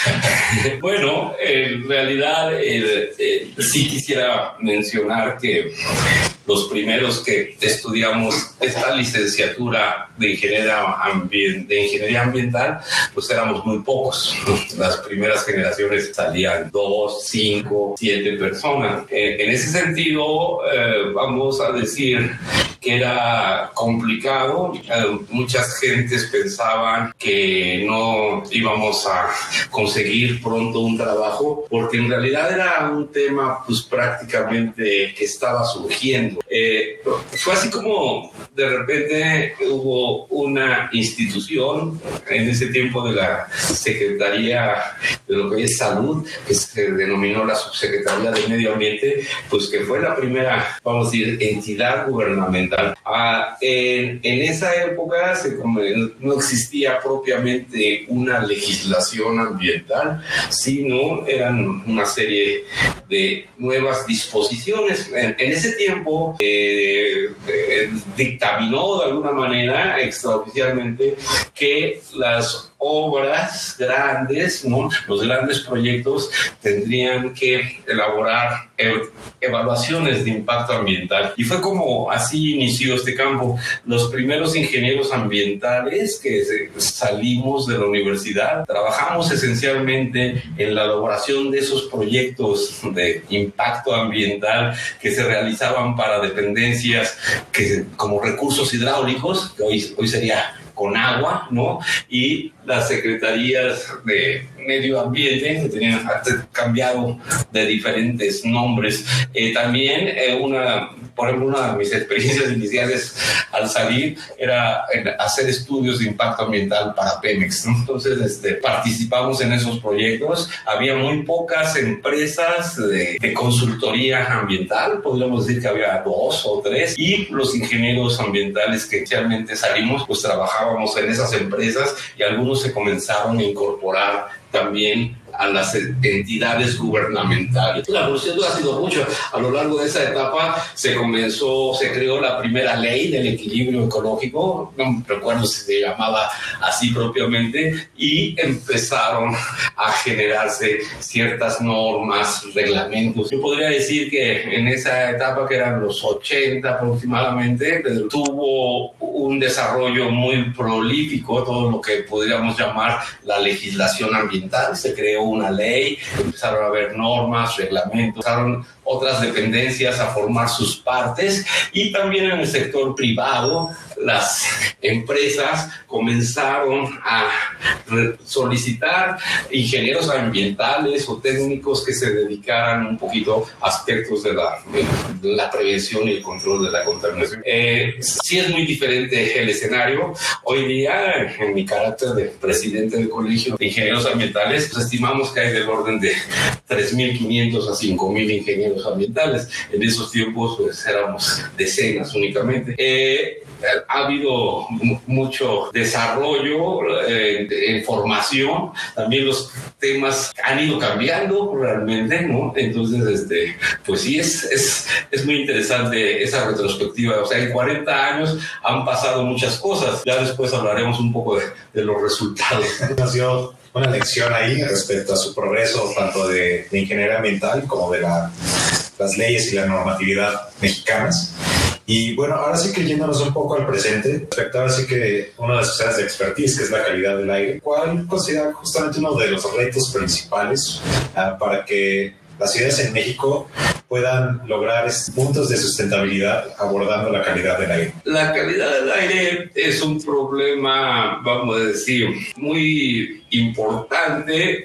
Speaker 6: Bueno, en realidad eh, eh, sí quisiera mencionar que los primeros que estudiamos esta licenciatura de ingeniería, ambient, de ingeniería ambiental, pues éramos muy pocos. Las primeras generaciones salían dos, cinco, siete personas. Eh, en ese sentido, eh, vamos a decir que era complicado. Eh, muchas gentes pensaban que no íbamos a conseguir pronto un trabajo, porque en realidad era un tema pues prácticamente que estaba surgiendo. Eh, fue así como de repente hubo una institución en ese tiempo de la Secretaría de lo que hoy es Salud, que se denominó la Subsecretaría de Medio Ambiente, pues que fue la primera, vamos a decir, entidad gubernamental. Ah, en, en esa época se, no existía propiamente una legislación ambiental, sino eran una serie de nuevas disposiciones. En, en ese tiempo eh, eh, dictaminó de alguna manera extraoficialmente que las obras grandes, ¿no? Los grandes proyectos tendrían que elaborar eh, evaluaciones de impacto ambiental. Y fue como así inició este campo. Los primeros ingenieros ambientales que se, salimos de la universidad, trabajamos esencialmente en la elaboración de esos proyectos de impacto ambiental que se realizaban para dependencias que, como recursos hidráulicos, que hoy, hoy sería con agua, ¿no? Y las secretarías de medio ambiente, que tenían cambiado de diferentes nombres. Eh, también eh, una, por ejemplo, una de mis experiencias iniciales al salir era hacer estudios de impacto ambiental para Pemex, ¿no? Entonces este, participamos en esos proyectos. Había muy pocas empresas de, de consultoría ambiental, podríamos decir que había dos o tres, y los ingenieros ambientales que inicialmente salimos, pues trabajábamos en esas empresas y algunos se comenzaron a incorporar también a las entidades gubernamentales. La evolución ha sido mucho. A lo largo de esa etapa se comenzó, se creó la primera ley del equilibrio ecológico, no recuerdo si se llamaba así propiamente, y empezaron a generarse ciertas normas, reglamentos. Yo podría decir que en esa etapa, que eran los ochenta aproximadamente, tuvo un desarrollo muy prolífico, todo lo que podríamos llamar la legislación ambiental. Se creó una ley, empezaron a haber normas, reglamentos, empezaron otras dependencias a formar sus partes, y también en el sector privado las empresas comenzaron a solicitar ingenieros ambientales o técnicos que se dedicaran un poquito a aspectos de la, de la prevención y el control de la contaminación. Eh, sí es muy diferente el escenario. Hoy día, en mi carácter de presidente del Colegio de Ingenieros Ambientales, pues estimamos que hay del orden de tres mil quinientos a cinco mil ingenieros ambientales. En esos tiempos pues éramos decenas únicamente. Eh, ha habido mucho desarrollo eh, en formación, también los temas han ido cambiando realmente, ¿no? Entonces, este, pues sí, es, es, es muy interesante esa retrospectiva. O sea, en cuarenta años han pasado muchas cosas. Ya después hablaremos un poco de, de los resultados.
Speaker 7: Nos dio una lección ahí respecto a su progreso, tanto de, de ingeniería ambiental como de la, las leyes y la normatividad mexicanas. Y bueno, ahora sí que yéndonos un poco al presente, respecto ahora sí que una de sus áreas de expertise, que es la calidad del aire, ¿cuál considera justamente uno de los retos principales uh, para que las ciudades en México puedan lograr puntos de sustentabilidad abordando la calidad del aire?
Speaker 6: La calidad del aire es un problema, vamos a decir, muy importante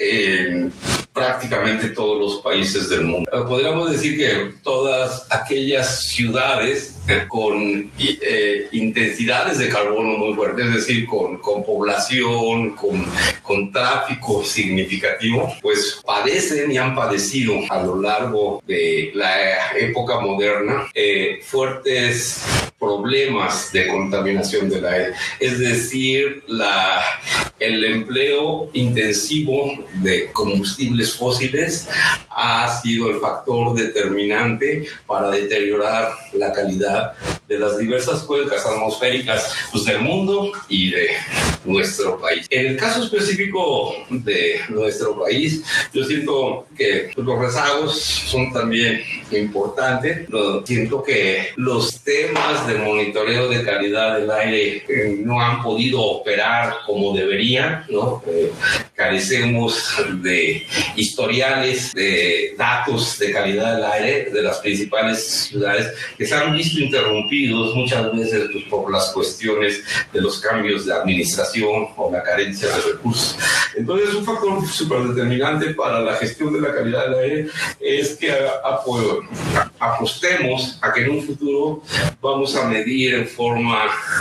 Speaker 6: en prácticamente todos los países del mundo. Podríamos decir que todas aquellas ciudades con eh, intensidades de carbono muy fuertes, es decir, con, con población, con, con tráfico significativo, pues padecen y han padecido a lo largo de la época moderna eh, fuertes problemas de contaminación del aire. Es decir, la, el empleo intensivo de combustibles fósiles ha sido el factor determinante para deteriorar la calidad de las diversas cuencas atmosféricas, pues, del mundo y de nuestro país. En el caso específico de nuestro país, yo siento que los rezagos son también importantes. Siento que los temas de monitoreo de calidad del aire eh, no han podido operar como deberían, ¿no? Eh, carecemos de historiales, de datos de calidad del aire de las principales ciudades que se han visto interrumpidos muchas veces pues, por las cuestiones de los cambios de administración o la carencia de recursos. Entonces, un factor súper determinante para la gestión de la calidad del aire es que apostemos a que en un futuro vamos a medir en forma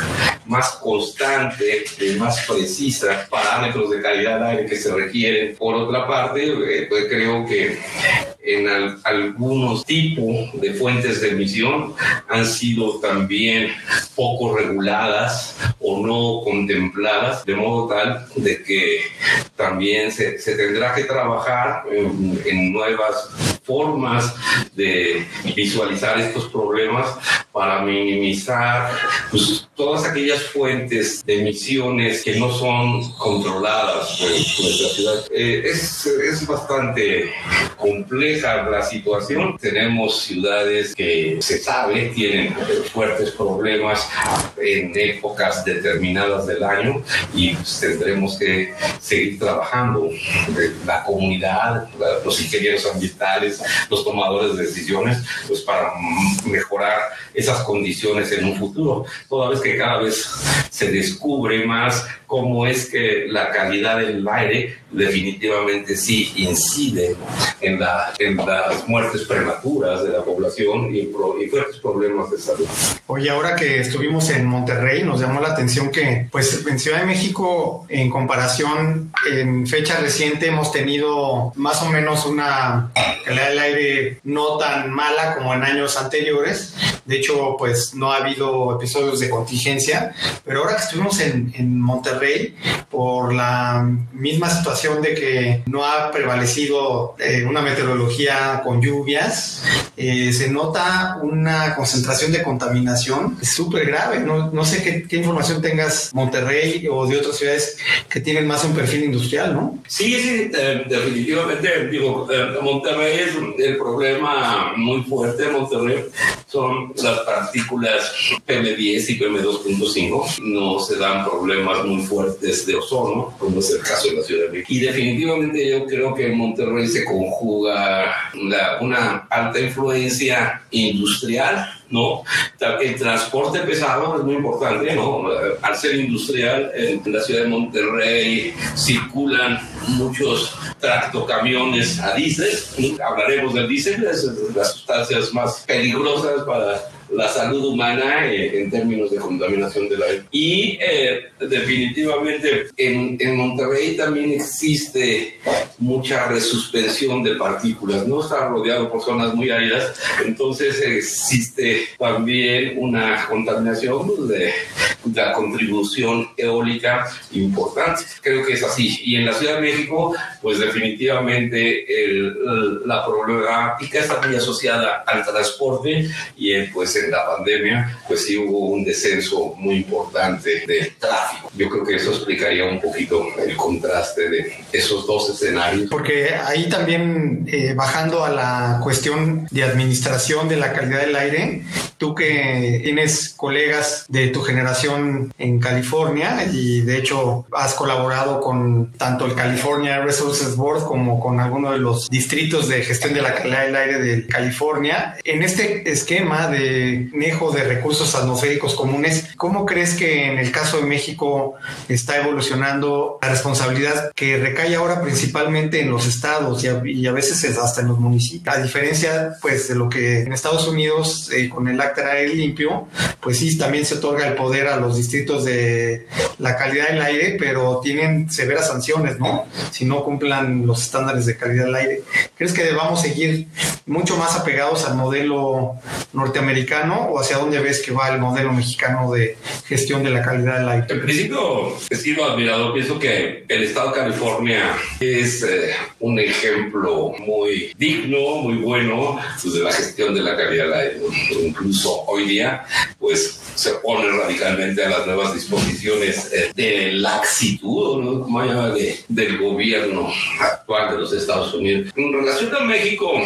Speaker 6: más constante, más precisa, parámetros de calidad del aire que se requieren. Por otra parte, eh, pues creo que en al, algunos tipos de fuentes de emisión han sido también poco reguladas o no contempladas, de modo tal de que también se, se tendrá que trabajar en, en nuevas formas de visualizar estos problemas para minimizar pues, todas aquellas fuentes de emisiones que no son controladas por nuestra ciudad. Eh, es, es bastante compleja la situación. Tenemos ciudades que se sabe tienen fuertes problemas en épocas determinadas del año y pues, tendremos que seguir trabajando. La comunidad, los ingenieros ambientales, los tomadores de decisiones, pues para mejorar esas condiciones en un futuro, toda vez que cada vez se descubre más cómo es que la calidad del aire definitivamente sí incide en, la, en las muertes prematuras de la población y, pro, y fuertes problemas de salud.
Speaker 3: Oye, ahora que estuvimos en Monterrey, nos llamó la atención que pues en Ciudad de México, en comparación, en fecha reciente hemos tenido más o menos una calidad del aire no tan mala como en años anteriores. De hecho, pues no ha habido episodios de contingencia, pero ahora que estuvimos en, en Monterrey, por la misma situación de que no ha prevalecido eh, una meteorología con lluvias, eh, se nota una concentración de contaminación súper grave. No, no sé qué, qué información tengas Monterrey o de otras ciudades que tienen más un perfil industrial, ¿no?
Speaker 6: Sí, sí, eh, definitivamente. Digo, eh, Monterrey es el problema muy fuerte de Monterrey. Son las partículas P M diez y P M dos punto cinco. No se dan problemas muy fuertes de ozono, como es el caso de la Ciudad de México. Y definitivamente yo creo que en Monterrey se conjuga la, una alta influencia industrial, ¿no? El transporte pesado es muy importante, ¿no? Al ser industrial, en la ciudad de Monterrey circulan muchos tractocamiones a diésel. Hablaremos del diésel, es de las sustancias más peligrosas para la salud humana eh, en términos de contaminación del aire. Y eh, definitivamente en, en Monterrey también existe mucha resuspensión de partículas, no está rodeado por zonas muy áridas, entonces existe también una contaminación de, de la contribución eólica importante. Creo que es así. Y en la Ciudad de México, pues definitivamente el, la problemática está muy asociada al transporte y eh, pues en la pandemia, pues sí hubo un descenso muy importante del tráfico. Yo creo que eso explicaría un poquito el contraste de esos dos escenarios.
Speaker 3: Porque ahí también, eh, bajando a la cuestión de administración de la calidad del aire, tú que tienes colegas de tu generación en California y de hecho has colaborado con tanto el California Air Resources Board como con alguno de los distritos de gestión de la calidad del aire de California, en este esquema de manejo de recursos atmosféricos comunes, ¿cómo crees que en el caso de México está evolucionando la responsabilidad que recae ahora principalmente en los estados y a, y a veces hasta en los municipios? A diferencia pues de lo que en Estados Unidos eh, con el Acta del Aire Limpio, pues sí, también se otorga el poder a los distritos de la calidad del aire, pero tienen severas sanciones, ¿no? Si no cumplan los estándares de calidad del aire. ¿Crees que debamos seguir mucho más apegados al modelo norteamericano o hacia dónde ves que va el modelo mexicano de gestión de la calidad del aire?
Speaker 6: En principio, he sido admirador. Pienso que el estado de California es eh, un ejemplo muy digno, muy bueno pues, de la gestión de la calidad del aire. Incluso hoy día, pues se opone radicalmente a las nuevas disposiciones eh, de laxitud, ¿no? Como llama de, del gobierno actual de los Estados Unidos. En relación a México, yo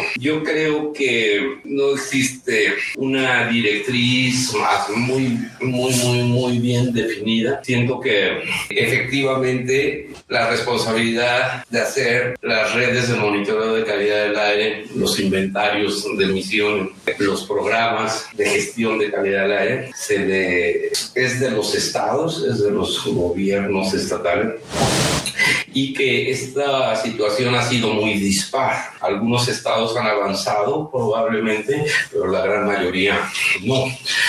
Speaker 6: creo que no existe una directriz más muy, muy, muy, muy bien definida. Siento que efectivamente la responsabilidad de hacer las redes de monitoreo de calidad del aire, los inventarios de emisión, los programas de gestión de calidad del aire, se le, es de los estados, es de los gobiernos estatales. Y que esta situación ha sido muy dispar. Algunos estados han avanzado probablemente, pero la gran mayoría no.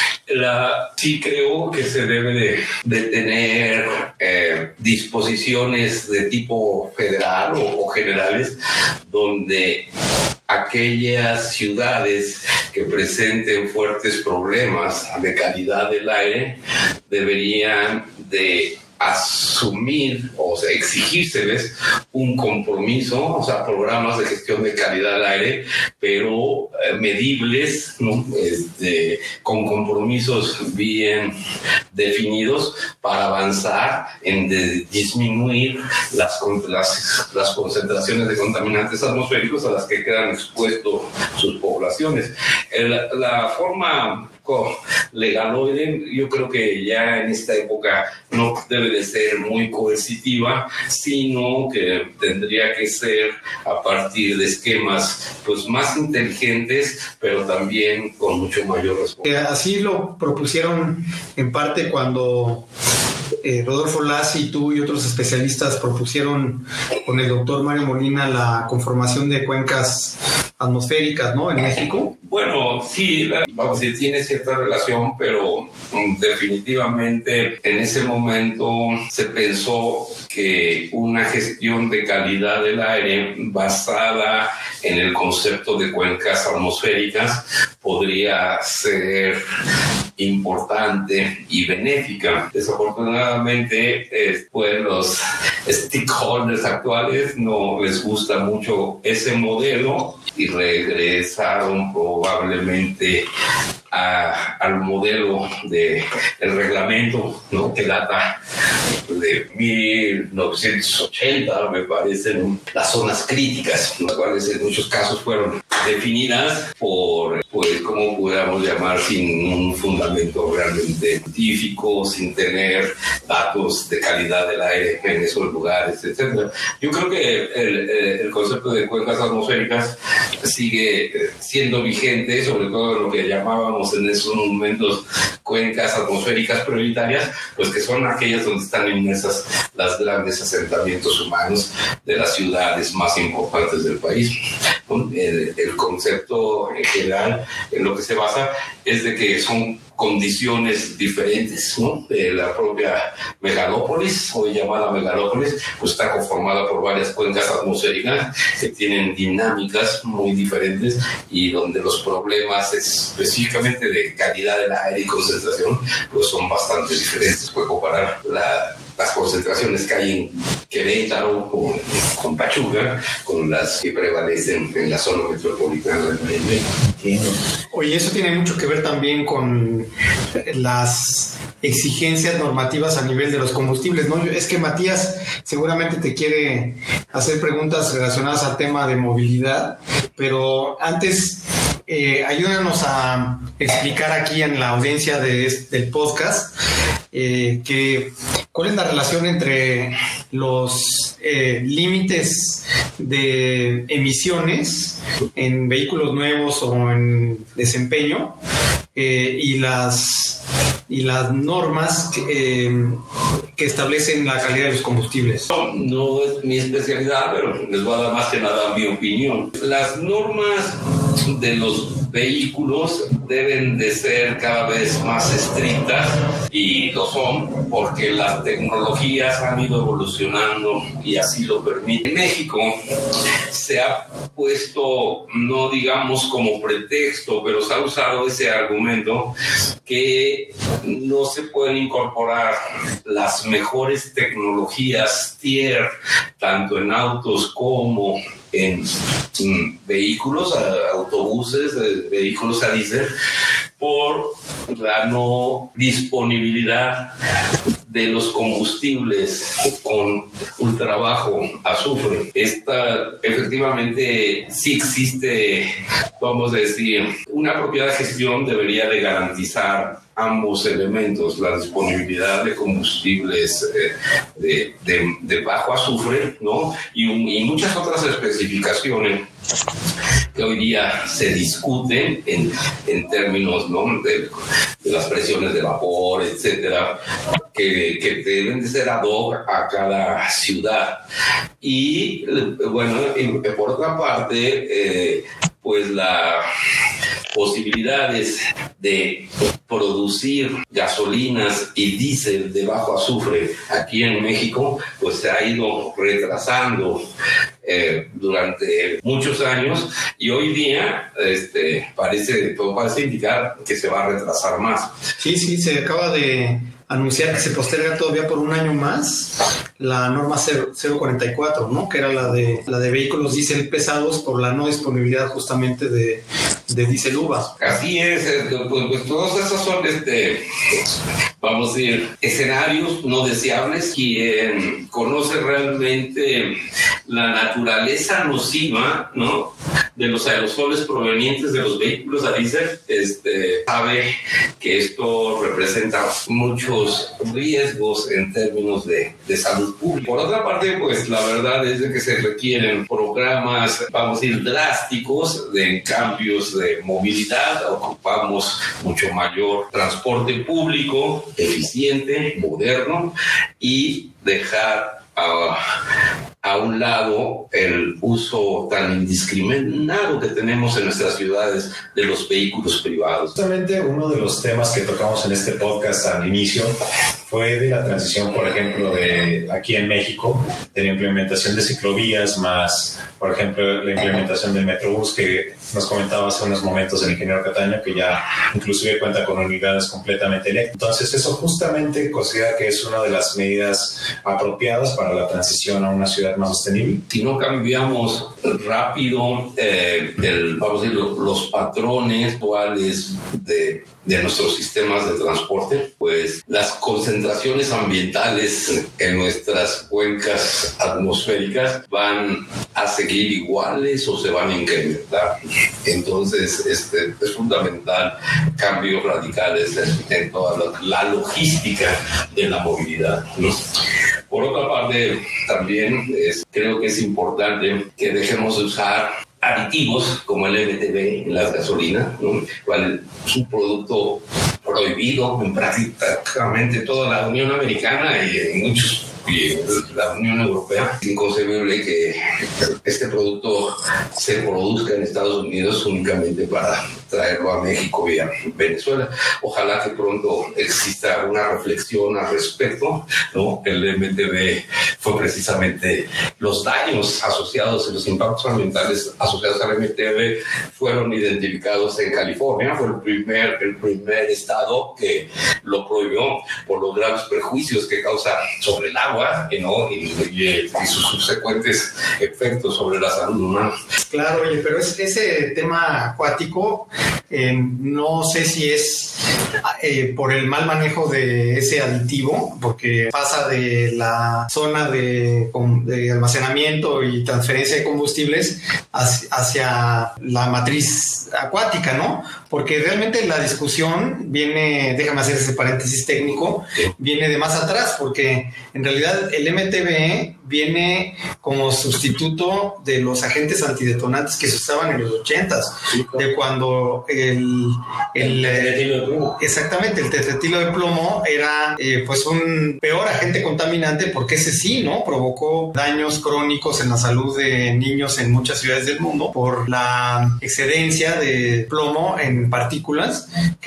Speaker 6: La, sí creo que se debe de, de tener eh, disposiciones de tipo federal o, o generales donde aquellas ciudades que presenten fuertes problemas de calidad del aire deberían de asumir, o sea, exigírseles un compromiso, o sea, programas de gestión de calidad del aire, pero eh, medibles, ¿no? Este, con compromisos bien definidos para avanzar en de disminuir las, las, las concentraciones de contaminantes atmosféricos a las que quedan expuestos sus poblaciones. El, la forma legaloide, yo creo que ya en esta época no debe de ser muy coercitiva, sino que tendría que ser a partir de esquemas pues más inteligentes, pero también con mucho mayor responsabilidad.
Speaker 3: Así lo propusieron en parte cuando eh, Rodolfo Lassi, tú y otros especialistas propusieron con el doctor Mario Molina la conformación de cuencas atmosféricas, ¿no? En México.
Speaker 6: Bueno, sí, la, vamos a decir, tiene cierta relación, pero um, definitivamente en ese momento se pensó que una gestión de calidad del aire basada en el concepto de cuencas atmosféricas podría ser importante y benéfica. Desafortunadamente, eh, pues los stakeholders actuales no les gusta mucho ese modelo y regresaron probablemente a, al modelo de el reglamento, ¿no? Que data de mil novecientos ochenta, me parece, ¿no? Las zonas críticas, las cuales en muchos casos fueron definidas por, pues, como pudiéramos llamar, sin un fundamento realmente científico, sin tener datos de calidad del aire en esos lugares, etcétera. Yo creo que el, el concepto de cuencas atmosféricas sigue siendo vigente, sobre todo lo que llamábamos en esos momentos cuencas atmosféricas prioritarias, pues que son aquellas donde están inmersas las grandes asentamientos humanos de las ciudades más importantes del país. El, el concepto en general en lo que se basa es de que son condiciones diferentes, ¿no? De la propia megalópolis, hoy llamada megalópolis, pues está conformada por varias cuencas atmosféricas que tienen dinámicas muy diferentes y donde los problemas específicamente de calidad del aire y concentración pues son bastante diferentes. Puede comparar la las concentraciones que hay en Querétaro con, con Pachuca, con las que prevalecen en la zona metropolitana de México.
Speaker 3: Oye, eso tiene mucho que ver también con las exigencias normativas a nivel de los combustibles, ¿no? Es que Matías seguramente te quiere hacer preguntas relacionadas al tema de movilidad, pero antes eh, ayúdanos a explicar aquí en la audiencia de, del podcast eh, que cuál es la relación entre los eh, límites de emisiones en vehículos nuevos o en desempeño eh, y las y las normas que, eh, que establecen la calidad de los combustibles.
Speaker 6: No, no es mi especialidad, pero les voy a dar más que nada mi opinión. Las normas de los vehículos deben de ser cada vez más estrictas y lo son porque las tecnologías han ido evolucionando y así lo permite. En México se ha puesto, no digamos como pretexto, pero se ha usado ese argumento que no se pueden incorporar las mejores tecnologías Tier, tanto en autos como en mm, vehículos, a, autobuses, eh, vehículos a diésel, por la no disponibilidad de los combustibles con ultra bajo azufre. Esta, efectivamente, sí existe, vamos a decir, una apropiada gestión debería de garantizar ambos elementos, la disponibilidad de combustibles eh, de, de, de bajo azufre, ¿no? Y, un, y muchas otras especificaciones que hoy día se discuten en, en términos, ¿no?, de, de las presiones de vapor, etcétera, que, que deben de ser ad hoc a cada ciudad. Y, bueno, y por otra parte, eh, pues las posibilidades de producir gasolinas y diésel de bajo azufre aquí en México, pues se ha ido retrasando eh, durante muchos años, y hoy día este, parece, todo parece indicar que se va a retrasar más.
Speaker 3: Sí, sí, se acaba de anunciar que se posterga todavía por un año más la norma cero cuarenta y cuatro, ¿no? Que era la de la de vehículos diésel pesados por la no disponibilidad justamente de, de diésel uva.
Speaker 6: Así es, pues, pues todos esos son, este, vamos a decir, escenarios no deseables. Quien conoce realmente la naturaleza nociva, ¿no?, de los aerosoles provenientes de los vehículos a diésel, este, sabe que esto representa muchos riesgos en términos de, de salud pública. Por otra parte, pues la verdad es de que se requieren programas, vamos a decir, drásticos de cambios de movilidad. Ocupamos mucho mayor transporte público, eficiente, moderno, y dejar a, a un lado el uso tan indiscriminado que tenemos en nuestras ciudades de los vehículos privados.
Speaker 7: Justamente uno de los temas que tocamos en este podcast al inicio fue de la transición, por ejemplo, de aquí en México, de la implementación de ciclovías, más, por ejemplo, la implementación del Metrobús, que nos comentaba hace unos momentos el ingeniero Cataño, que ya inclusive cuenta con unidades completamente eléctricas. Entonces, eso justamente considera que es una de las medidas apropiadas para la transición a una ciudad más sostenible.
Speaker 6: Si no cambiamos rápido eh, el, vamos a decir, los patrones actuales de, de nuestros sistemas de transporte, pues las concentraciones ambientales en nuestras cuencas atmosféricas van a seguir iguales o se van a incrementar. Entonces, este, es fundamental cambios radicales en, en toda la, la logística de la movilidad, ¿no? Por otra parte, también es, creo que es importante que dejemos de usar aditivos como el M T B en las gasolinas, ¿no?, cual es un producto prohibido en prácticamente toda la Unión Americana y en muchos y la Unión Europea. Es inconcebible que este producto se produzca en Estados Unidos únicamente para traerlo a México y a Venezuela. Ojalá que pronto exista una reflexión al respecto, ¿no? El M T B fue precisamente los daños asociados, los impactos ambientales asociados al M T B fueron identificados en California. Fue el primer, el primer estado que lo prohibió por los graves perjuicios que causa sobre el agua, ¿no? y, y, y sus subsecuentes efectos sobre la salud humana.
Speaker 3: Claro, oye, pero es, ese tema acuático, eh, no sé si es eh, por el mal manejo de ese aditivo, porque pasa de la zona de, de almacenamiento y transferencia de combustibles hacia, hacia la matriz acuática, ¿no? Porque realmente la discusión viene, déjame hacer ese paréntesis técnico, viene de más atrás, porque en realidad el M T B viene como sustituto de los agentes antidetonantes que se usaban en los ochentas, de cuando el, el, el exactamente el tetretilo de plomo era eh, pues un peor agente contaminante, porque ese sí, ¿no?, provocó daños crónicos en la salud de niños en muchas ciudades del mundo por la excedencia de plomo en partículas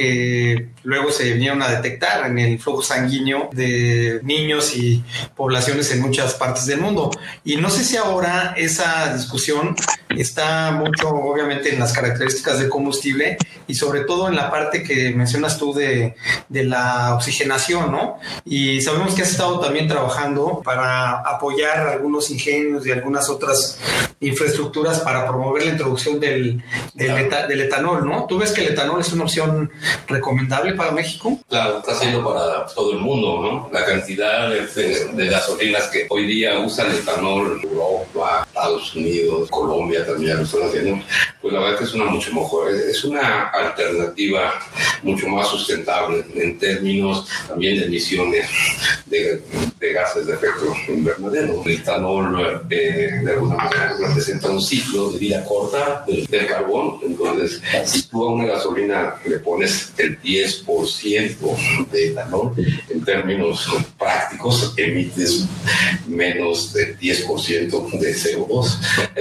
Speaker 3: que luego se vinieron a detectar en el flujo sanguíneo de niños y poblaciones en muchas partes del mundo. Y no sé si ahora esa discusión está mucho, obviamente, en las características del combustible y sobre todo en la parte que mencionas tú de, de la oxigenación, ¿no? Y sabemos que has estado también trabajando para apoyar algunos ingenios y algunas otras infraestructuras para promover la introducción del, del, eta, del etanol, ¿no? Tú ves que el etanol es una opción recomendable para México?
Speaker 6: Claro, está siendo para todo el mundo, ¿no? La cantidad de, de, de gasolinas que hoy día usan etanol, Europa, Estados Unidos, Colombia también lo están haciendo, pues la verdad que es una mucho mejor, es una alternativa mucho más sustentable en términos también de emisiones de, de gases de efecto invernadero. El etanol eh, de alguna manera representa un ciclo de vida corta del, del carbón, entonces si tú a una gasolina le pones el diez por ciento de etanol, en términos prácticos emites menos del diez por ciento de C O dos.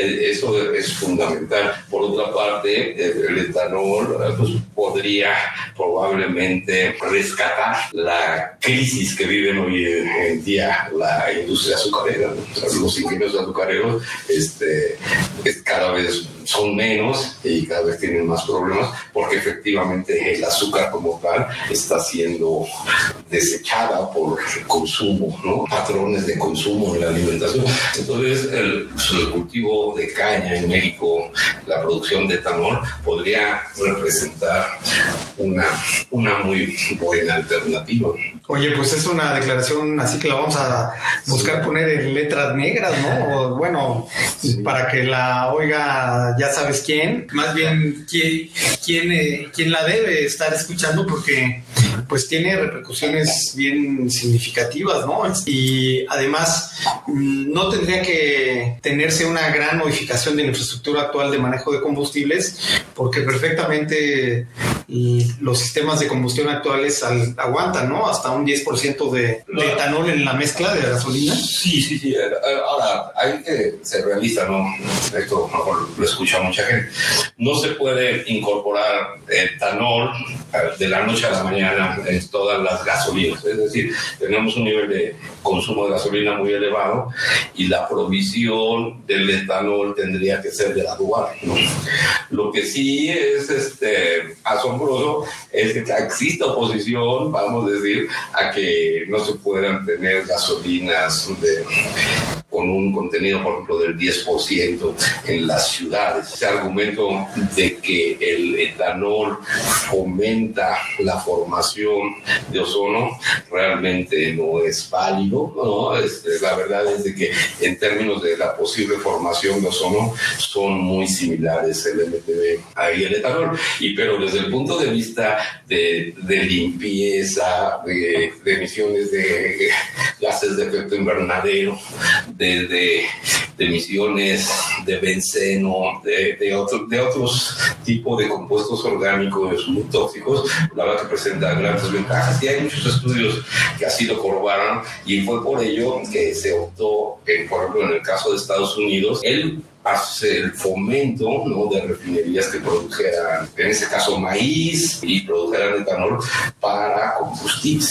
Speaker 6: Eso es fundamental. Por otra parte, el etanol pues, podría probablemente rescatar la crisis que viven hoy en día la industria azucarera, ¿no? Los ingenieros azucareros este, cada vez son menos y cada vez tienen más problemas porque efectivamente el azúcar como tal está siendo desechada por el consumo, ¿no? Patrones de consumo en la alimentación. Entonces el, el cultivo de caña en México, la producción de etanol podría representar una, una muy buena alternativa.
Speaker 3: Oye, pues es una declaración así que la vamos a buscar poner en letras negras, ¿no? O, bueno, sí. Para que la oiga ya sabes quién, más bien quién, quién, eh, quién la debe estar escuchando porque pues tiene repercusiones bien significativas, ¿no? Y además no tendría que tenerse una gran modificación de la infraestructura actual de manejo de combustibles porque perfectamente los sistemas de combustión actuales aguantan, ¿no? Hasta un diez por ciento de, de etanol en la mezcla de gasolina.
Speaker 6: Sí, sí, sí. Ahora, hay que se realiza, ¿no? Esto mejor lo escucha mucha gente. No se puede incorporar etanol de la noche a la mañana en todas las gasolinas. Es decir, tenemos un nivel de consumo de gasolina muy elevado y la provisión del etanol tendría que ser gradual, ¿no? Lo que sí es este, asombroso es que existe oposición, vamos a decir, a que no se puedan tener gasolinas de, con un contenido, por ejemplo, del diez por ciento en las ciudades. Ese argumento de que el etanol fomenta la formación de ozono realmente no es válido, ¿no? Este, la verdad es de que en términos de la posible formación de ozono son muy similares el M T B y el etanol, y pero desde el punto de vista de, de limpieza, de, de emisiones de gases de efecto invernadero, de, de, de emisiones de benceno, de, de, otro, de otros tipos de compuestos orgánicos muy tóxicos, la verdad que presenta grandes ventajas y hay muchos estudios que así lo corroboraron y fue por ello que se optó, en, por ejemplo, en el caso de Estados Unidos, el hace el fomento, ¿no?, de refinerías que produjeran, en ese caso, maíz y produjeran etanol para combustibles.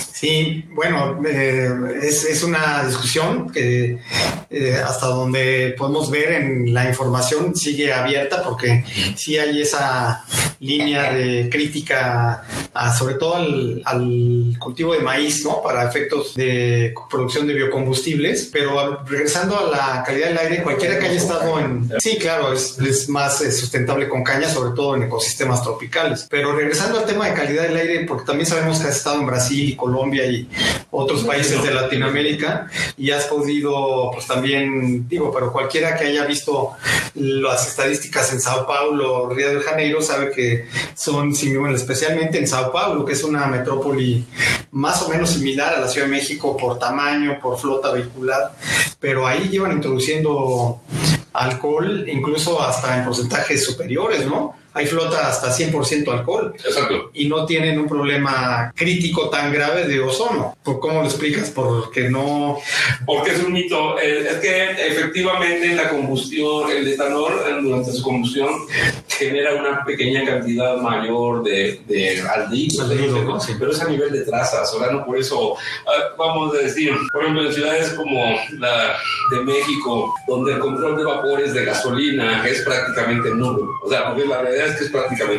Speaker 3: Sí, bueno, eh, es, es una discusión que eh, hasta donde podemos ver en la información sigue abierta porque sí hay esa línea de crítica a, sobre todo al, al cultivo de maíz, ¿no?, para efectos de producción de biocombustibles, pero regresando a la calidad del aire, cualquiera que haya estado en... Sí, claro, es, es más es sustentable con caña, sobre todo en ecosistemas tropicales, pero regresando al tema de calidad del aire, porque también sabemos que has estado en Brasil y Colombia y otros países de Latinoamérica y has podido, pues también, digo, pero cualquiera que haya visto las estadísticas en Sao Paulo o Río de Janeiro sabe que son, bueno, especialmente en Sao Paulo, que es una metrópoli más o menos similar a la Ciudad de México por tamaño, por flota vehicular, pero ahí llevan introduciendo alcohol incluso hasta en porcentajes superiores, ¿no? Hay flota hasta cien por ciento alcohol.
Speaker 6: Exacto.
Speaker 3: Y no tienen un problema crítico tan grave de ozono. ¿Cómo lo explicas? Porque no...
Speaker 6: Porque es un mito. Es que efectivamente la combustión, el etanol durante su combustión genera una pequeña cantidad mayor de, de aldehídos, ¿no? Sí. Pero es a nivel de trazas. Ahora no por eso, vamos a decir, por ejemplo, en ciudades como la de México, donde el control de vapores de gasolina es prácticamente nulo. O sea, porque la realidad es que es prácticamente nulo.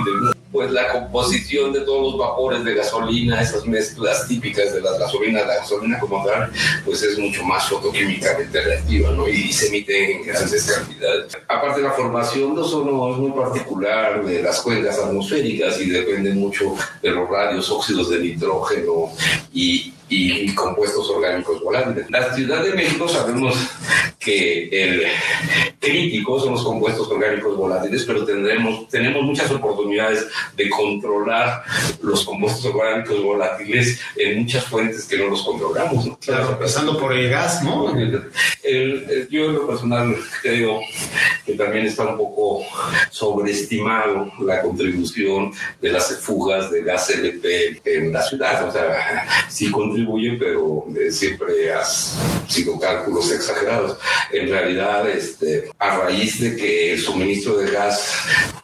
Speaker 6: pues la composición de todos los vapores de gasolina, esas mezclas típicas de las gasolinas, la gasolina como tal, pues es mucho más fotoquímicamente reactiva, ¿no? Y se emite en grandes cantidades. Aparte, la formación de ozono es muy particular de las cuencas atmosféricas y depende mucho de los radios óxidos de nitrógeno y y compuestos orgánicos volátiles. La Ciudad de México sabemos que el crítico son los compuestos orgánicos volátiles, pero tendremos, tenemos muchas oportunidades de controlar los compuestos orgánicos volátiles en muchas fuentes que no los controlamos, ¿no?
Speaker 3: Claro, empezando por el gas, ¿no?
Speaker 6: El, el, el, yo en lo personal creo que también está un poco sobreestimado la contribución de las fugas de gas L P en la ciudad. O sea, sí contribuye, pero eh, siempre ha sido cálculos exagerados. En realidad, este, a raíz de que el suministro de gas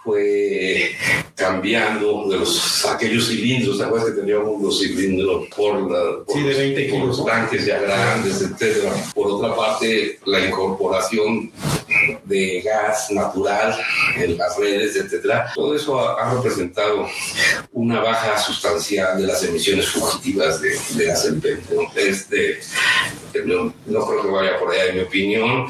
Speaker 6: fue cambiando de los aquellos cilindros, ¿te acuerdas que teníamos los cilindros por, la, por,
Speaker 3: sí, de veinte
Speaker 6: por los tanques ya grandes, etcétera? Por otra parte, la incorporación de gas natural en las redes, etcétera. Todo eso ha, ha representado una baja sustancial de las emisiones fugitivas de, de gas L P. Este, no, no creo que vaya por allá, en mi opinión.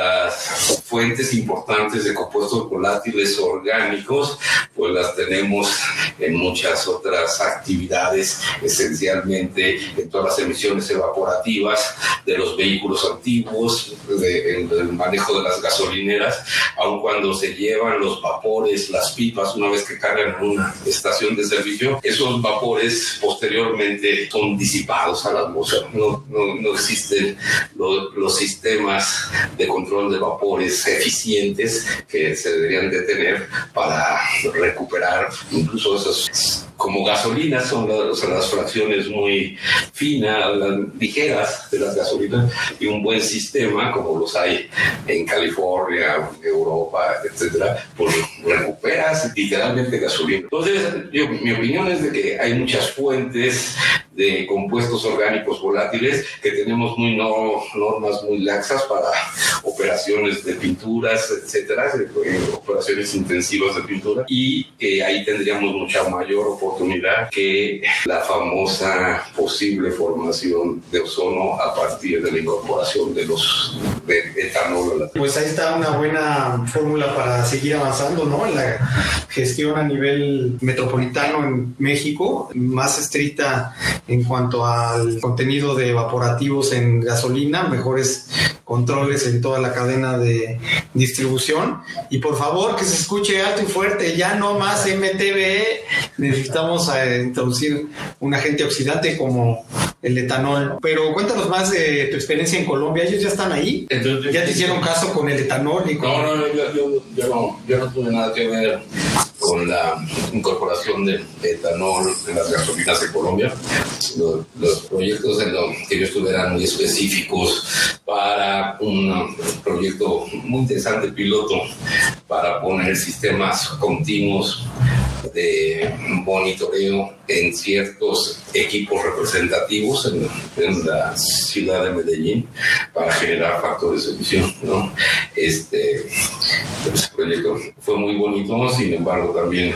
Speaker 6: Las fuentes importantes de compuestos volátiles orgánicos, pues las tenemos en muchas otras actividades, esencialmente en todas las emisiones evaporativas de los vehículos antiguos, de, en el manejo de las gasolineras, aun cuando se llevan los vapores, las pipas, una vez que cargan en una estación de servicio, esos vapores posteriormente son disipados a la atmósfera. No, no, no existen los, los sistemas de control de vapores eficientes que se deberían de tener para recuperar incluso esos, como gasolinas, son las, o sea, las fracciones muy finas, las ligeras de las gasolinas, y un buen sistema como los hay en California, Europa, etcétera, pues recuperas literalmente gasolina. Entonces, yo, mi opinión es de que hay muchas fuentes de compuestos orgánicos volátiles que tenemos muy no, normas muy laxas para operaciones de pinturas, etcétera, operaciones intensivas de pintura, y que ahí tendríamos mucha mayor oportunidad que la famosa posible formación de ozono a partir de la incorporación de los de etanol.
Speaker 3: Pues ahí está una buena fórmula para seguir avanzando, ¿no? En la gestión a nivel metropolitano en México, más estricta en cuanto al contenido de evaporativos en gasolina, mejores controles en toda la cadena de distribución, y por favor que se escuche alto y fuerte, ya no más M T B E, necesitamos eh, introducir un agente oxidante como el etanol. Pero cuéntanos más de tu experiencia en Colombia. ¿Ellos ya están ahí? Entonces, ¿ya te hicieron caso con el etanol? Y con...
Speaker 6: No, no, no, yo, yo, yo no, yo no tuve nada que ver con la incorporación de etanol en las gasolinas de Colombia. Los, los proyectos en los que yo estuve eran muy específicos para un proyecto muy interesante piloto para poner sistemas continuos de monitoreo en ciertos equipos representativos en, en la ciudad de Medellín para generar factores de emisión, ¿no? Este, este proyecto fue muy bonito, sin embargo también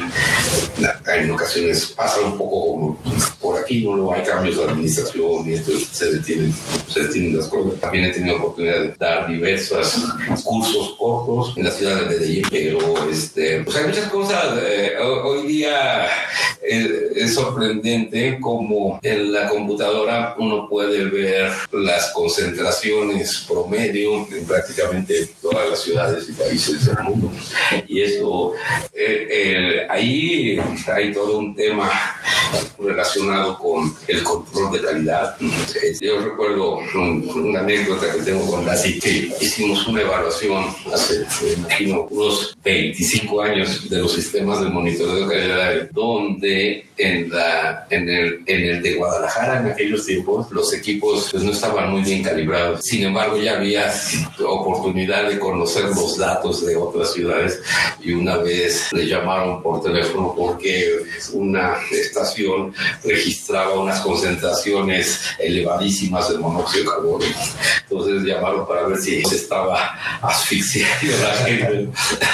Speaker 6: en ocasiones pasa un poco como por aquí, no hay cambios de administración y entonces se detienen, se detienen las cosas. También he tenido la oportunidad de dar diversos cursos cortos en la ciudad de Medellín, pero este, pues hay muchas cosas. Eh, hoy día es, es sorprendente como en la computadora uno puede ver las concentraciones promedio en prácticamente todas las ciudades y países del mundo. Y esto, eh, eh, ahí hay todo un tema relacionado con el control de calidad. Yo recuerdo un, una anécdota que tengo con la C I T. Hicimos una evaluación hace, me imagino, unos veinticinco años de los sistemas de monitoreo de calidad, donde en, la, en, el, en el de Guadalajara en aquellos tiempos los equipos pues, no estaban muy bien calibrados. Sin embargo, ya había oportunidad de conocer los datos de otras ciudades, y una vez le llamaron por teléfono porque una estación registraba unas concentraciones elevadísimas de monóxido de carbono. Entonces llamaron para ver si estaba asfixiando a la gente.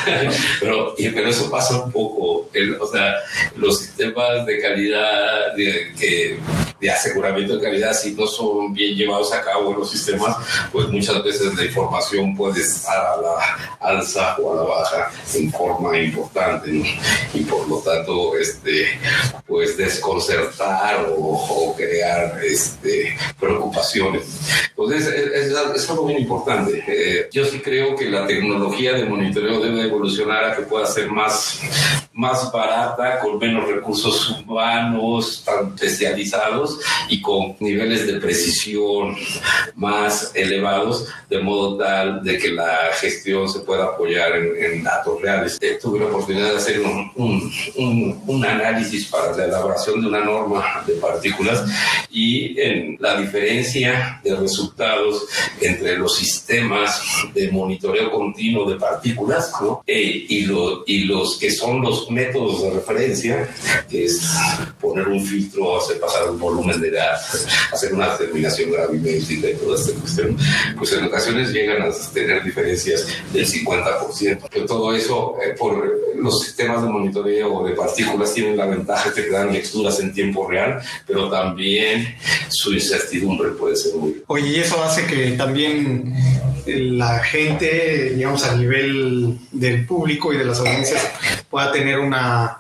Speaker 6: pero, pero eso pasa un poco. El, o sea, los sistemas de calidad, de, que, de aseguramiento de calidad, si no son bien llevados a cabo en los sistemas, pues muchas veces la información puede estar a la alza o a la baja en forma importante, ¿no? Y por lo tanto, este, pues desconcertar o, o crear este, preocupaciones. Entonces, es, es, es algo bien importante. Eh, yo sí creo que la tecnología de monitoreo debe evolucionar a que pueda ser más, más barata, con menos recursos humanos tan especializados y con niveles de precisión más elevados, de modo tal de que la gestión se pueda apoyar en, en datos reales. Eh, tuve la oportunidad de hacer un, un, un, un análisis para la elaboración de una norma de partículas y en la diferencia de resultados entre los sistemas de monitoreo continuo de partículas, ¿no? eh, y, lo, y los que son los métodos de referencia, que es poner un filtro, hacer pasar un volumen de gas, hacer una determinación gravimétrica y toda esta cuestión, pues en ocasiones llegan a tener diferencias del cincuenta por ciento. Pero todo eso, eh, por los sistemas de monitoreo de partículas tienen la ventaja de que dan lecturas en tiempo real, pero también su incertidumbre puede ser muy...
Speaker 3: Oye, y eso hace que también la gente, digamos, a nivel del público y de las audiencias pueda tener una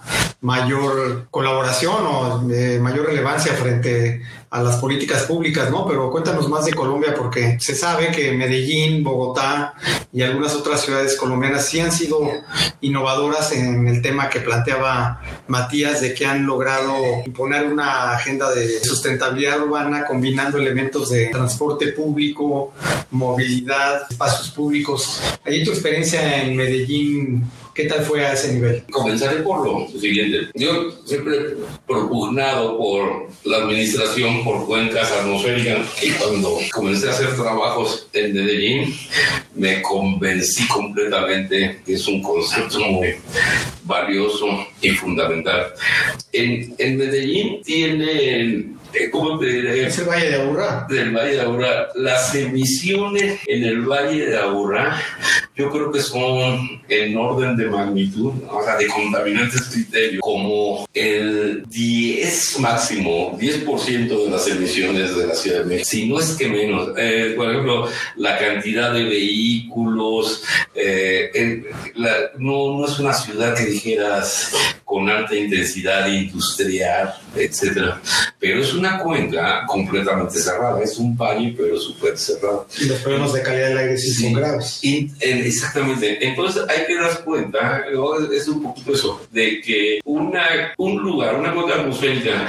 Speaker 3: mayor colaboración o de mayor relevancia frente a las políticas públicas, ¿no? Pero cuéntanos más de Colombia, porque se sabe que Medellín, Bogotá y algunas otras ciudades colombianas sí han sido innovadoras en el tema que planteaba Matías, de que han logrado imponer una agenda de sustentabilidad urbana combinando elementos de transporte público, movilidad, espacios públicos. Ahí tu experiencia en Medellín, ¿qué tal fue a ese nivel?
Speaker 6: Comenzaré por lo siguiente. Yo siempre he propugnado por la administración, por cuencas atmosféricas, y cuando comencé a hacer trabajos en Medellín, me convencí completamente que es un concepto muy valioso y fundamental. En, en Medellín tienen... ¿Cómo te diré?
Speaker 3: Es el Valle de Aburrá.
Speaker 6: Del Valle de Aburrá. Las emisiones en el Valle de Aburrá, yo creo que son en orden de magnitud, o sea, de contaminantes criterios, como el diez máximo, diez por ciento de las emisiones de la Ciudad de México. Si no es que menos. Eh, por ejemplo, la cantidad de vehículos. Eh, en, la, no, no es una ciudad que dijeras con alta intensidad industrial, etcétera, pero es una cuenca completamente cerrada, es un valle pero súper cerrado.
Speaker 3: Y los problemas de calidad del aire sí, sí son graves.
Speaker 6: Y, eh, exactamente, entonces hay que dar cuenta, ¿no? Es un poquito eso, de que una, un lugar, una cuenca atmosférica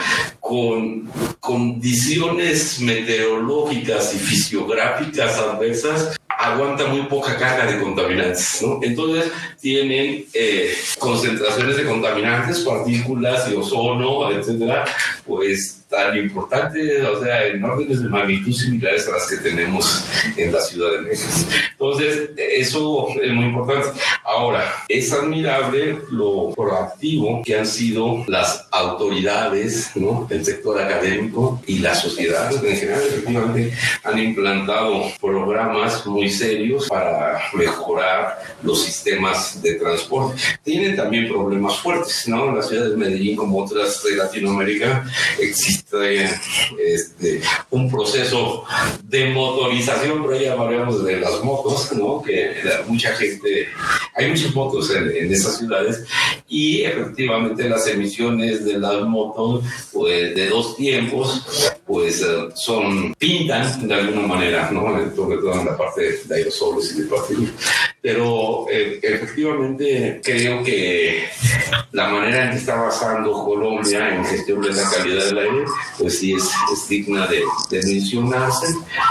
Speaker 6: con condiciones meteorológicas y fisiográficas adversas aguanta muy poca carga de contaminantes, ¿no? Entonces tienen eh, concentraciones de contaminantes, partículas de ozono, etcétera, pues tan importantes, o sea, en órdenes de magnitud similares a las que tenemos en la Ciudad de México. Entonces, eso es muy importante. Ahora, es admirable lo proactivo que han sido las autoridades, ¿no? El sector académico y la sociedad en general, efectivamente, han implantado programas muy serios para mejorar los sistemas de transporte. Tienen también problemas fuertes, ¿no? En la ciudad de Medellín, como otras de Latinoamérica, existe este, un proceso de motorización, pero ya hablaremos de las motos, ¿no? Que mucha gente, hay muchas motos en, en esas ciudades, y efectivamente las emisiones de las motos, pues de dos tiempos, pues son, pintan de alguna manera, ¿no? Sobre todo en la parte de aerosoles y de partículas. Pero eh, efectivamente creo que la manera en que está basando Colombia en gestión de la calidad del aire, pues sí es, es digna de, de mencionarse,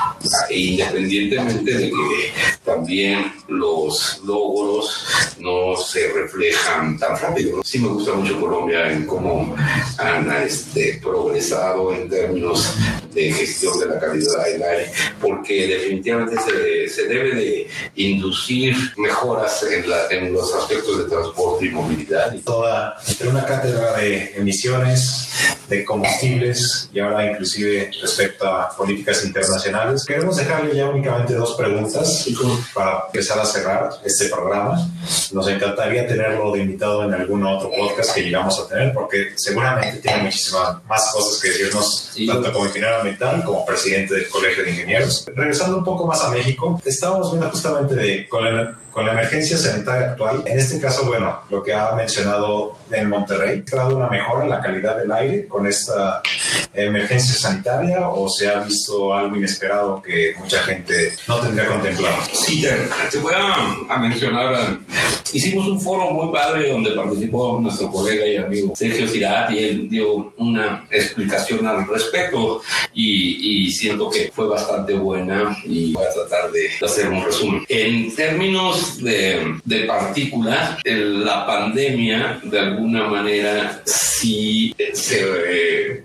Speaker 6: independientemente de que también los logros no se reflejan tan rápido, ¿no? Sí me gusta mucho Colombia en cómo han este, progresado en términos de gestión de la calidad del aire, porque definitivamente se, se debe de inducir mejoras en, la, en los aspectos de transporte y movilidad.
Speaker 7: toda, entre una cátedra de emisiones, de combustibles y ahora inclusive respecto a políticas internacionales. Queremos dejarle ya únicamente dos preguntas para empezar a cerrar este programa. Nos encantaría tenerlo de invitado en algún otro podcast que llegamos a tener, porque seguramente tiene muchísimas más cosas que decirnos, sí, tanto como ingeniero ambiental como presidente del Colegio de Ingenieros. Regresando un poco más a México, estábamos viendo justamente de, con la Con la emergencia sanitaria actual, en este caso, bueno, lo que ha mencionado en Monterrey, ¿ha dado una mejora en la calidad del aire con esta emergencia sanitaria o se ha visto algo inesperado que mucha gente no tendría contemplado?
Speaker 6: Sí, te, te voy a, a mencionar, hicimos un foro muy padre donde participó nuestro colega y amigo Sergio Cirat y él dio una explicación al respecto y, y siento que fue bastante buena y voy a tratar de hacer un resumen. En términos De, de partículas, la pandemia de alguna manera sí se eh,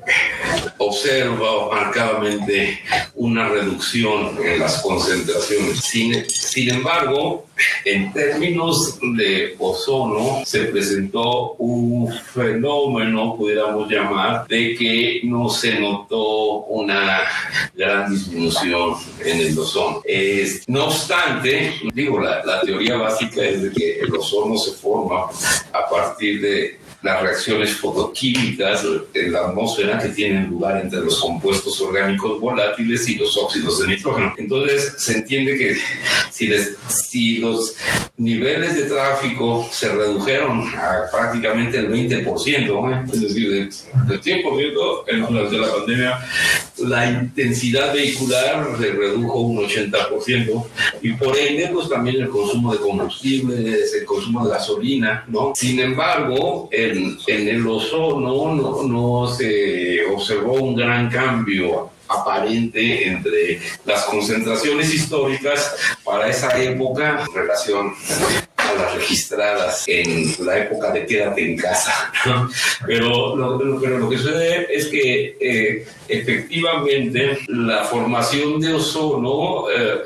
Speaker 6: observa marcadamente una reducción en las concentraciones. Sin, sin embargo, en términos de ozono se presentó un fenómeno, pudiéramos llamar, de que no se notó una gran disminución en el ozono. Es, no obstante, digo, la, la teoría básica es de que el ozono se forma a partir de las reacciones fotoquímicas en la atmósfera que tienen lugar entre los compuestos orgánicos volátiles y los óxidos de nitrógeno. Entonces se entiende que si, les, si los niveles de tráfico se redujeron a prácticamente el veinte por ciento, ¿eh? Es decir, del, del cien por ciento durante la pandemia, la intensidad vehicular se redujo un ochenta por ciento y por ende pues también el consumo de combustibles, el consumo de gasolina, ¿no? Sin embargo, en, en el ozono no, no se observó un gran cambio aparente entre las concentraciones históricas para esa época en relación a las registradas en la época de quédate en casa, ¿no? Pero lo, lo, pero lo que sucede es que eh, efectivamente la formación de ozono eh,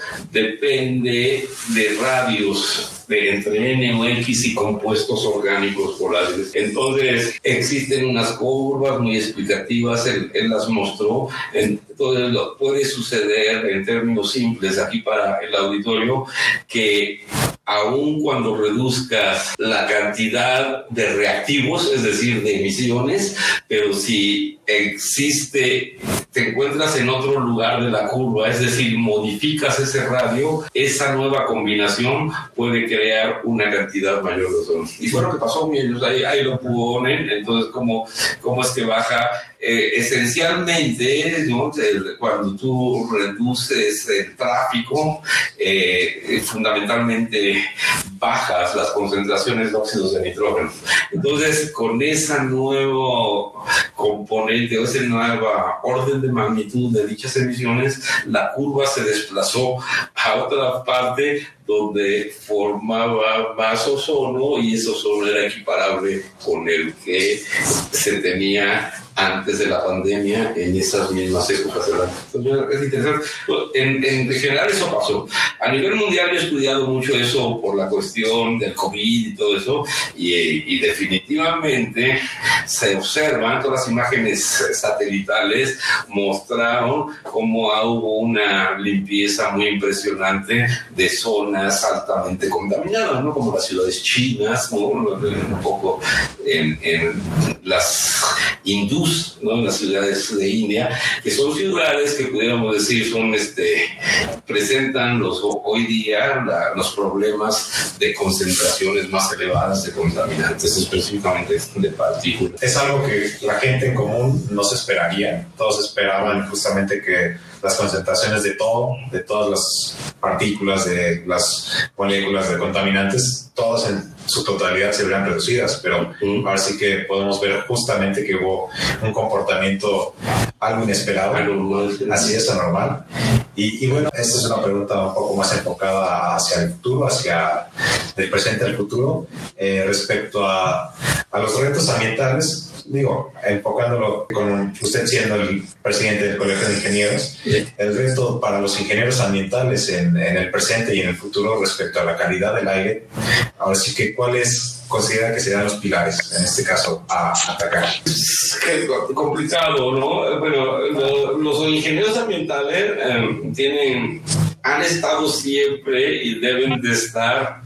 Speaker 6: depende de radios de entre N o X y compuestos orgánicos volátiles. Entonces existen unas curvas muy explicativas, él, él las mostró. Entonces lo puede suceder en términos simples aquí para el auditorio que aun cuando reduzcas la cantidad de reactivos, es decir, de emisiones, pero si existe, te encuentras en otro lugar de la curva, es decir, modificas ese radio, esa nueva combinación puede crear una cantidad mayor de ozono. Y fue lo que pasó, ellos ahí, ahí lo ponen. Entonces, ¿cómo, cómo es que baja? Eh, esencialmente, ¿no? El, cuando tú reduces el tráfico, eh, fundamentalmente bajas las concentraciones de óxidos de nitrógeno. Entonces, con esa nuevo componente o esa nueva orden de magnitud de dichas emisiones, la curva se desplazó a otra parte donde formaba más ozono y ese ozono era equiparable con el que se tenía antes de la pandemia en esas mismas épocas. Entonces, es interesante. En, en general eso pasó. A nivel mundial yo he estudiado mucho eso por la cuestión del COVID y todo eso, y, y definitivamente se observan, todas las imágenes satelitales mostraron cómo hubo una limpieza muy impresionante de zonas altamente contaminadas, ¿no? Como las ciudades chinas, ¿no? Un poco en, en las hindús, ¿no? En las ciudades de India, que son ciudades que pudiéramos decir son, este, presentan los, hoy día la, los problemas de concentraciones más elevadas de contaminantes, específicamente de partículas.
Speaker 7: Es algo que la gente en común no se esperaría. Todos esperaban justamente que las concentraciones de todo, de todas las partículas, de las moléculas de contaminantes, todas en su totalidad se verían reducidas, pero mm. ahora sí que podemos ver justamente que hubo un comportamiento algo inesperado, anormal, así es, anormal. Y, y bueno, esta es una pregunta un poco más enfocada hacia el futuro, hacia el presente al futuro, eh, respecto a, a los retos ambientales. digo, enfocándolo con usted siendo el presidente del Colegio de Ingenieros, el reto para los ingenieros ambientales en, en el presente y en el futuro respecto a la calidad del aire, ahora sí que cuáles considera que serán los pilares, en este caso, a atacar.
Speaker 6: Es complicado, ¿no? Bueno, lo, los ingenieros ambientales eh, tienen, han estado siempre y deben de estar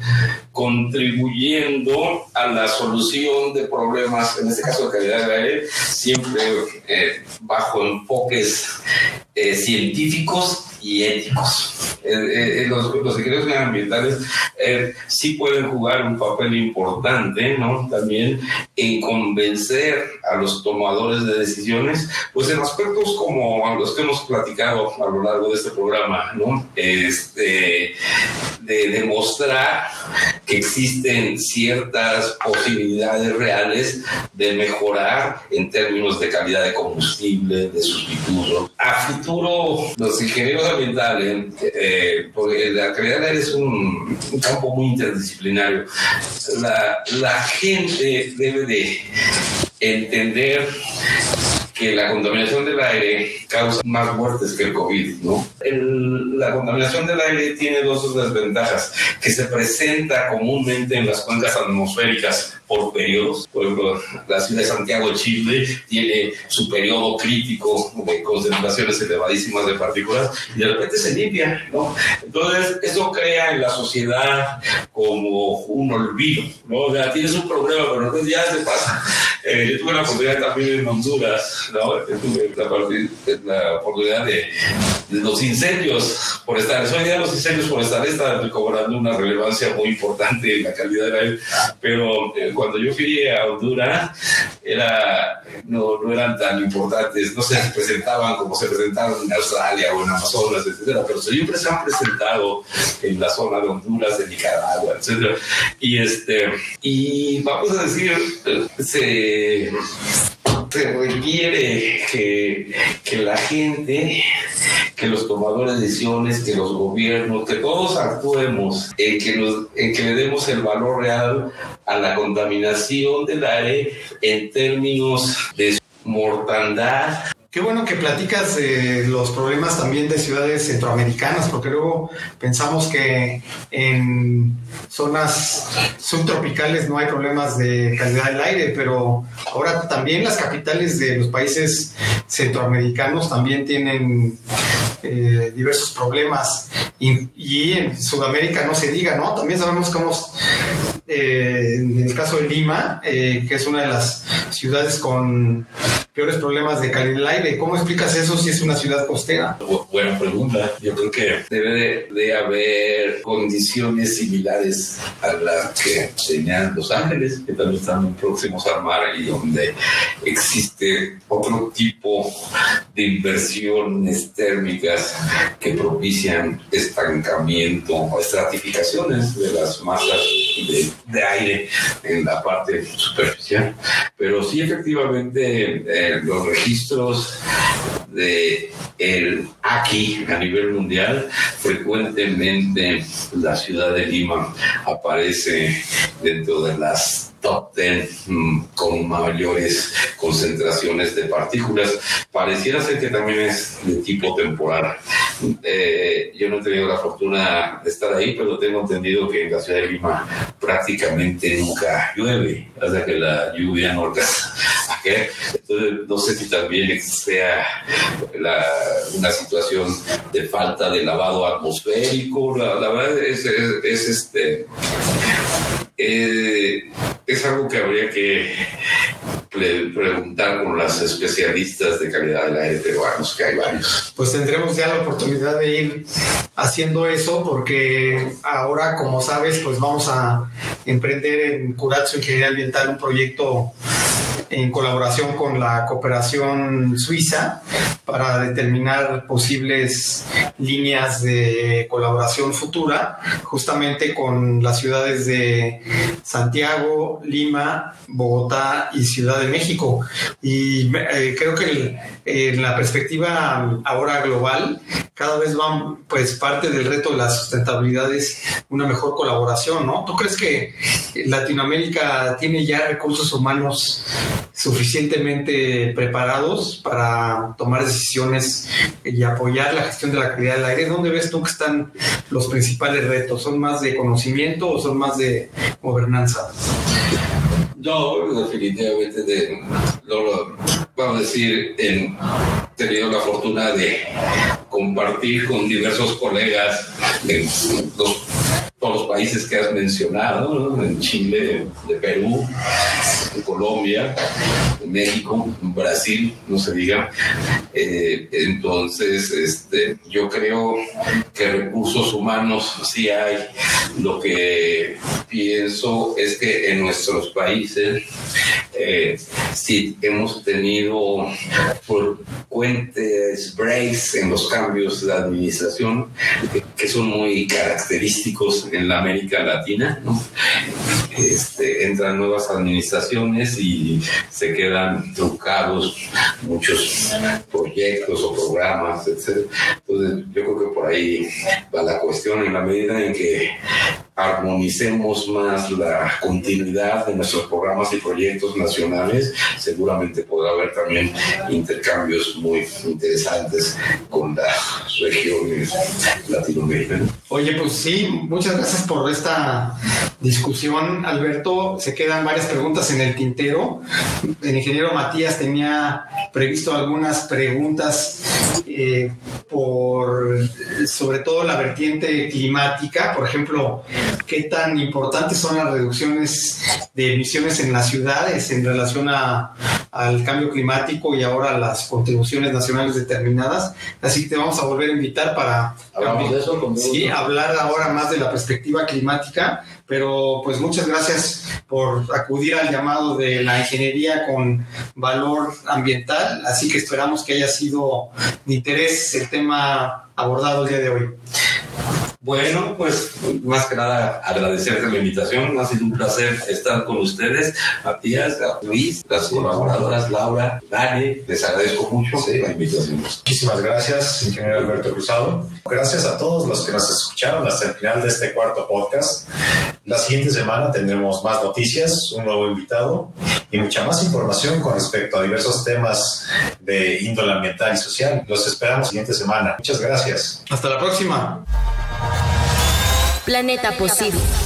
Speaker 6: contribuyendo a la solución de problemas, en este caso de calidad del aire, siempre eh, bajo enfoques eh, científicos y éticos. Eh, eh, los, los ingenieros ambientales eh, sí pueden jugar un papel importante, ¿no? También en convencer a los tomadores de decisiones, pues en aspectos como los que hemos platicado a lo largo de este programa, ¿no? Este, de demostrar que existen ciertas posibilidades reales de mejorar en términos de calidad de combustible, de sustituto. A futuro, los ingenieros ambientales, eh, porque la calidad del aire es un, un campo muy interdisciplinario, la, la gente debe de entender que la contaminación del aire causa más muertes que el COVID, ¿no? El, la contaminación del aire tiene dos desventajas, que se presenta comúnmente en las cuencas atmosféricas por periodos. Por ejemplo, la ciudad de Santiago de Chile tiene su periodo crítico de concentraciones elevadísimas de partículas y de repente se limpia, ¿no? Entonces, eso crea en la sociedad como un olvido, ¿no? O sea, tienes un problema, pero entonces ya se pasa. Eh, yo tuve la oportunidad también en Honduras, ¿no? Yo tuve la, la oportunidad de, de los incendios forestales. Hoy día los incendios forestales están cobrando una relevancia muy importante en la calidad del aire, pero eh, cuando yo fui a Honduras era, no, no eran tan importantes, no se presentaban como se presentaron en Australia o en Amazonas, etcétera, pero siempre se han presentado en la zona de Honduras, de Nicaragua, etcétera. Y, este, y vamos a decir, se... se requiere que, que la gente, que los tomadores de decisiones, que los gobiernos, que todos actuemos en que, nos, en que le demos el valor real a la contaminación del aire en términos de mortandad.
Speaker 3: Qué bueno que platicas de los problemas también de ciudades centroamericanas, porque luego pensamos que en zonas subtropicales no hay problemas de calidad del aire, pero ahora también las capitales de los países centroamericanos también tienen eh, diversos problemas, y, y en Sudamérica no se diga, ¿no? También sabemos cómo, eh, en el caso de Lima, eh, que es una de las ciudades con peores problemas de calidad del aire. ¿Cómo explicas eso si es una ciudad costera?
Speaker 6: Buena pregunta. Yo creo que debe de, de haber condiciones similares a las que tenían Los Ángeles, que también están próximos a mar y donde existe otro tipo de inversiones térmicas que propician estancamiento o estratificaciones de las masas de, de aire en la parte superficial. Pero sí, efectivamente, eh, los registros de el aquí a nivel mundial, frecuentemente la ciudad de Lima aparece dentro de las top diez mmm, con mayores concentraciones de partículas. Pareciera ser que también es de tipo temporal. Eh, yo no he tenido la fortuna de estar ahí, pero tengo entendido que en la ciudad de Lima prácticamente nunca llueve, hasta que la lluvia no alcanza. Entonces, no sé si también sea la, una situación de falta de lavado atmosférico. La, la verdad es, es, es este eh, es algo que habría que preguntar con las especialistas de calidad del aire peruanos, que hay varios.
Speaker 3: Pues tendremos ya la oportunidad de ir haciendo eso, porque ahora, como sabes, pues vamos a emprender en Curatso Ingeniería Ambiental un proyecto en colaboración con la cooperación suiza para determinar posibles líneas de colaboración futura, justamente con las ciudades de Santiago, Lima, Bogotá y Ciudad de México. Y eh, creo que el, en la perspectiva ahora global, cada vez va, pues parte del reto de la sustentabilidad es una mejor colaboración, ¿no? ¿Tú crees que Latinoamérica tiene ya recursos humanos suficientemente preparados para tomar decisiones y apoyar la gestión de la calidad del aire? ¿Dónde ves tú que están los principales retos? ¿Son más de conocimiento o son más de gobernanza?
Speaker 6: No, definitivamente, de, lo, lo, vamos a decir, he tenido la fortuna de compartir con diversos colegas en los, todos los países que has mencionado, ¿no? En Chile, de Perú, en Colombia, en México, en Brasil, no se diga. Eh, entonces, este, yo creo que recursos humanos sí hay. Lo que pienso es que en nuestros países eh, sí hemos tenido frecuentes breaks en los cambios de administración que, que son muy característicos en la América Latina, ¿no? Este, entran nuevas administraciones y se quedan truncados muchos proyectos o programas, etcétera. Entonces, yo creo que por ahí va la cuestión, en la medida en que armonicemos más la continuidad de nuestros programas y proyectos nacionales, seguramente podrá haber también intercambios muy interesantes con las regiones latinoamericanas.
Speaker 3: Oye, pues sí, muchas gracias por esta discusión, Alberto. Se quedan varias preguntas en el tintero. El ingeniero Matías tenía previsto algunas preguntas eh, por, sobre todo la vertiente climática. Por ejemplo, ¿qué tan importantes son las reducciones de emisiones en las ciudades en relación a, al cambio climático y ahora las contribuciones nacionales determinadas? Así que te vamos a volver a invitar para
Speaker 6: ¿Hablamos de eso?
Speaker 3: Sí, hablar ahora más de la perspectiva climática, pero pues muchas gracias por acudir al llamado de la ingeniería con valor ambiental, así que esperamos que haya sido de interés el tema abordado el día de hoy.
Speaker 6: Bueno, pues más que nada agradecerte la invitación. Ha sido un placer estar con ustedes, Matías, Luis, las colaboradoras Laura, Dani. Les agradezco mucho sí. la invitación.
Speaker 7: Muchísimas gracias, ingeniero Alberto Cruzado. Gracias a todos los que nos escucharon hasta el final de este cuarto podcast. La siguiente semana tendremos más noticias, un nuevo invitado y mucha más información con respecto a diversos temas de índole ambiental y social. Los esperamos la siguiente semana. Muchas gracias.
Speaker 3: Hasta la próxima.
Speaker 5: Planeta Posible.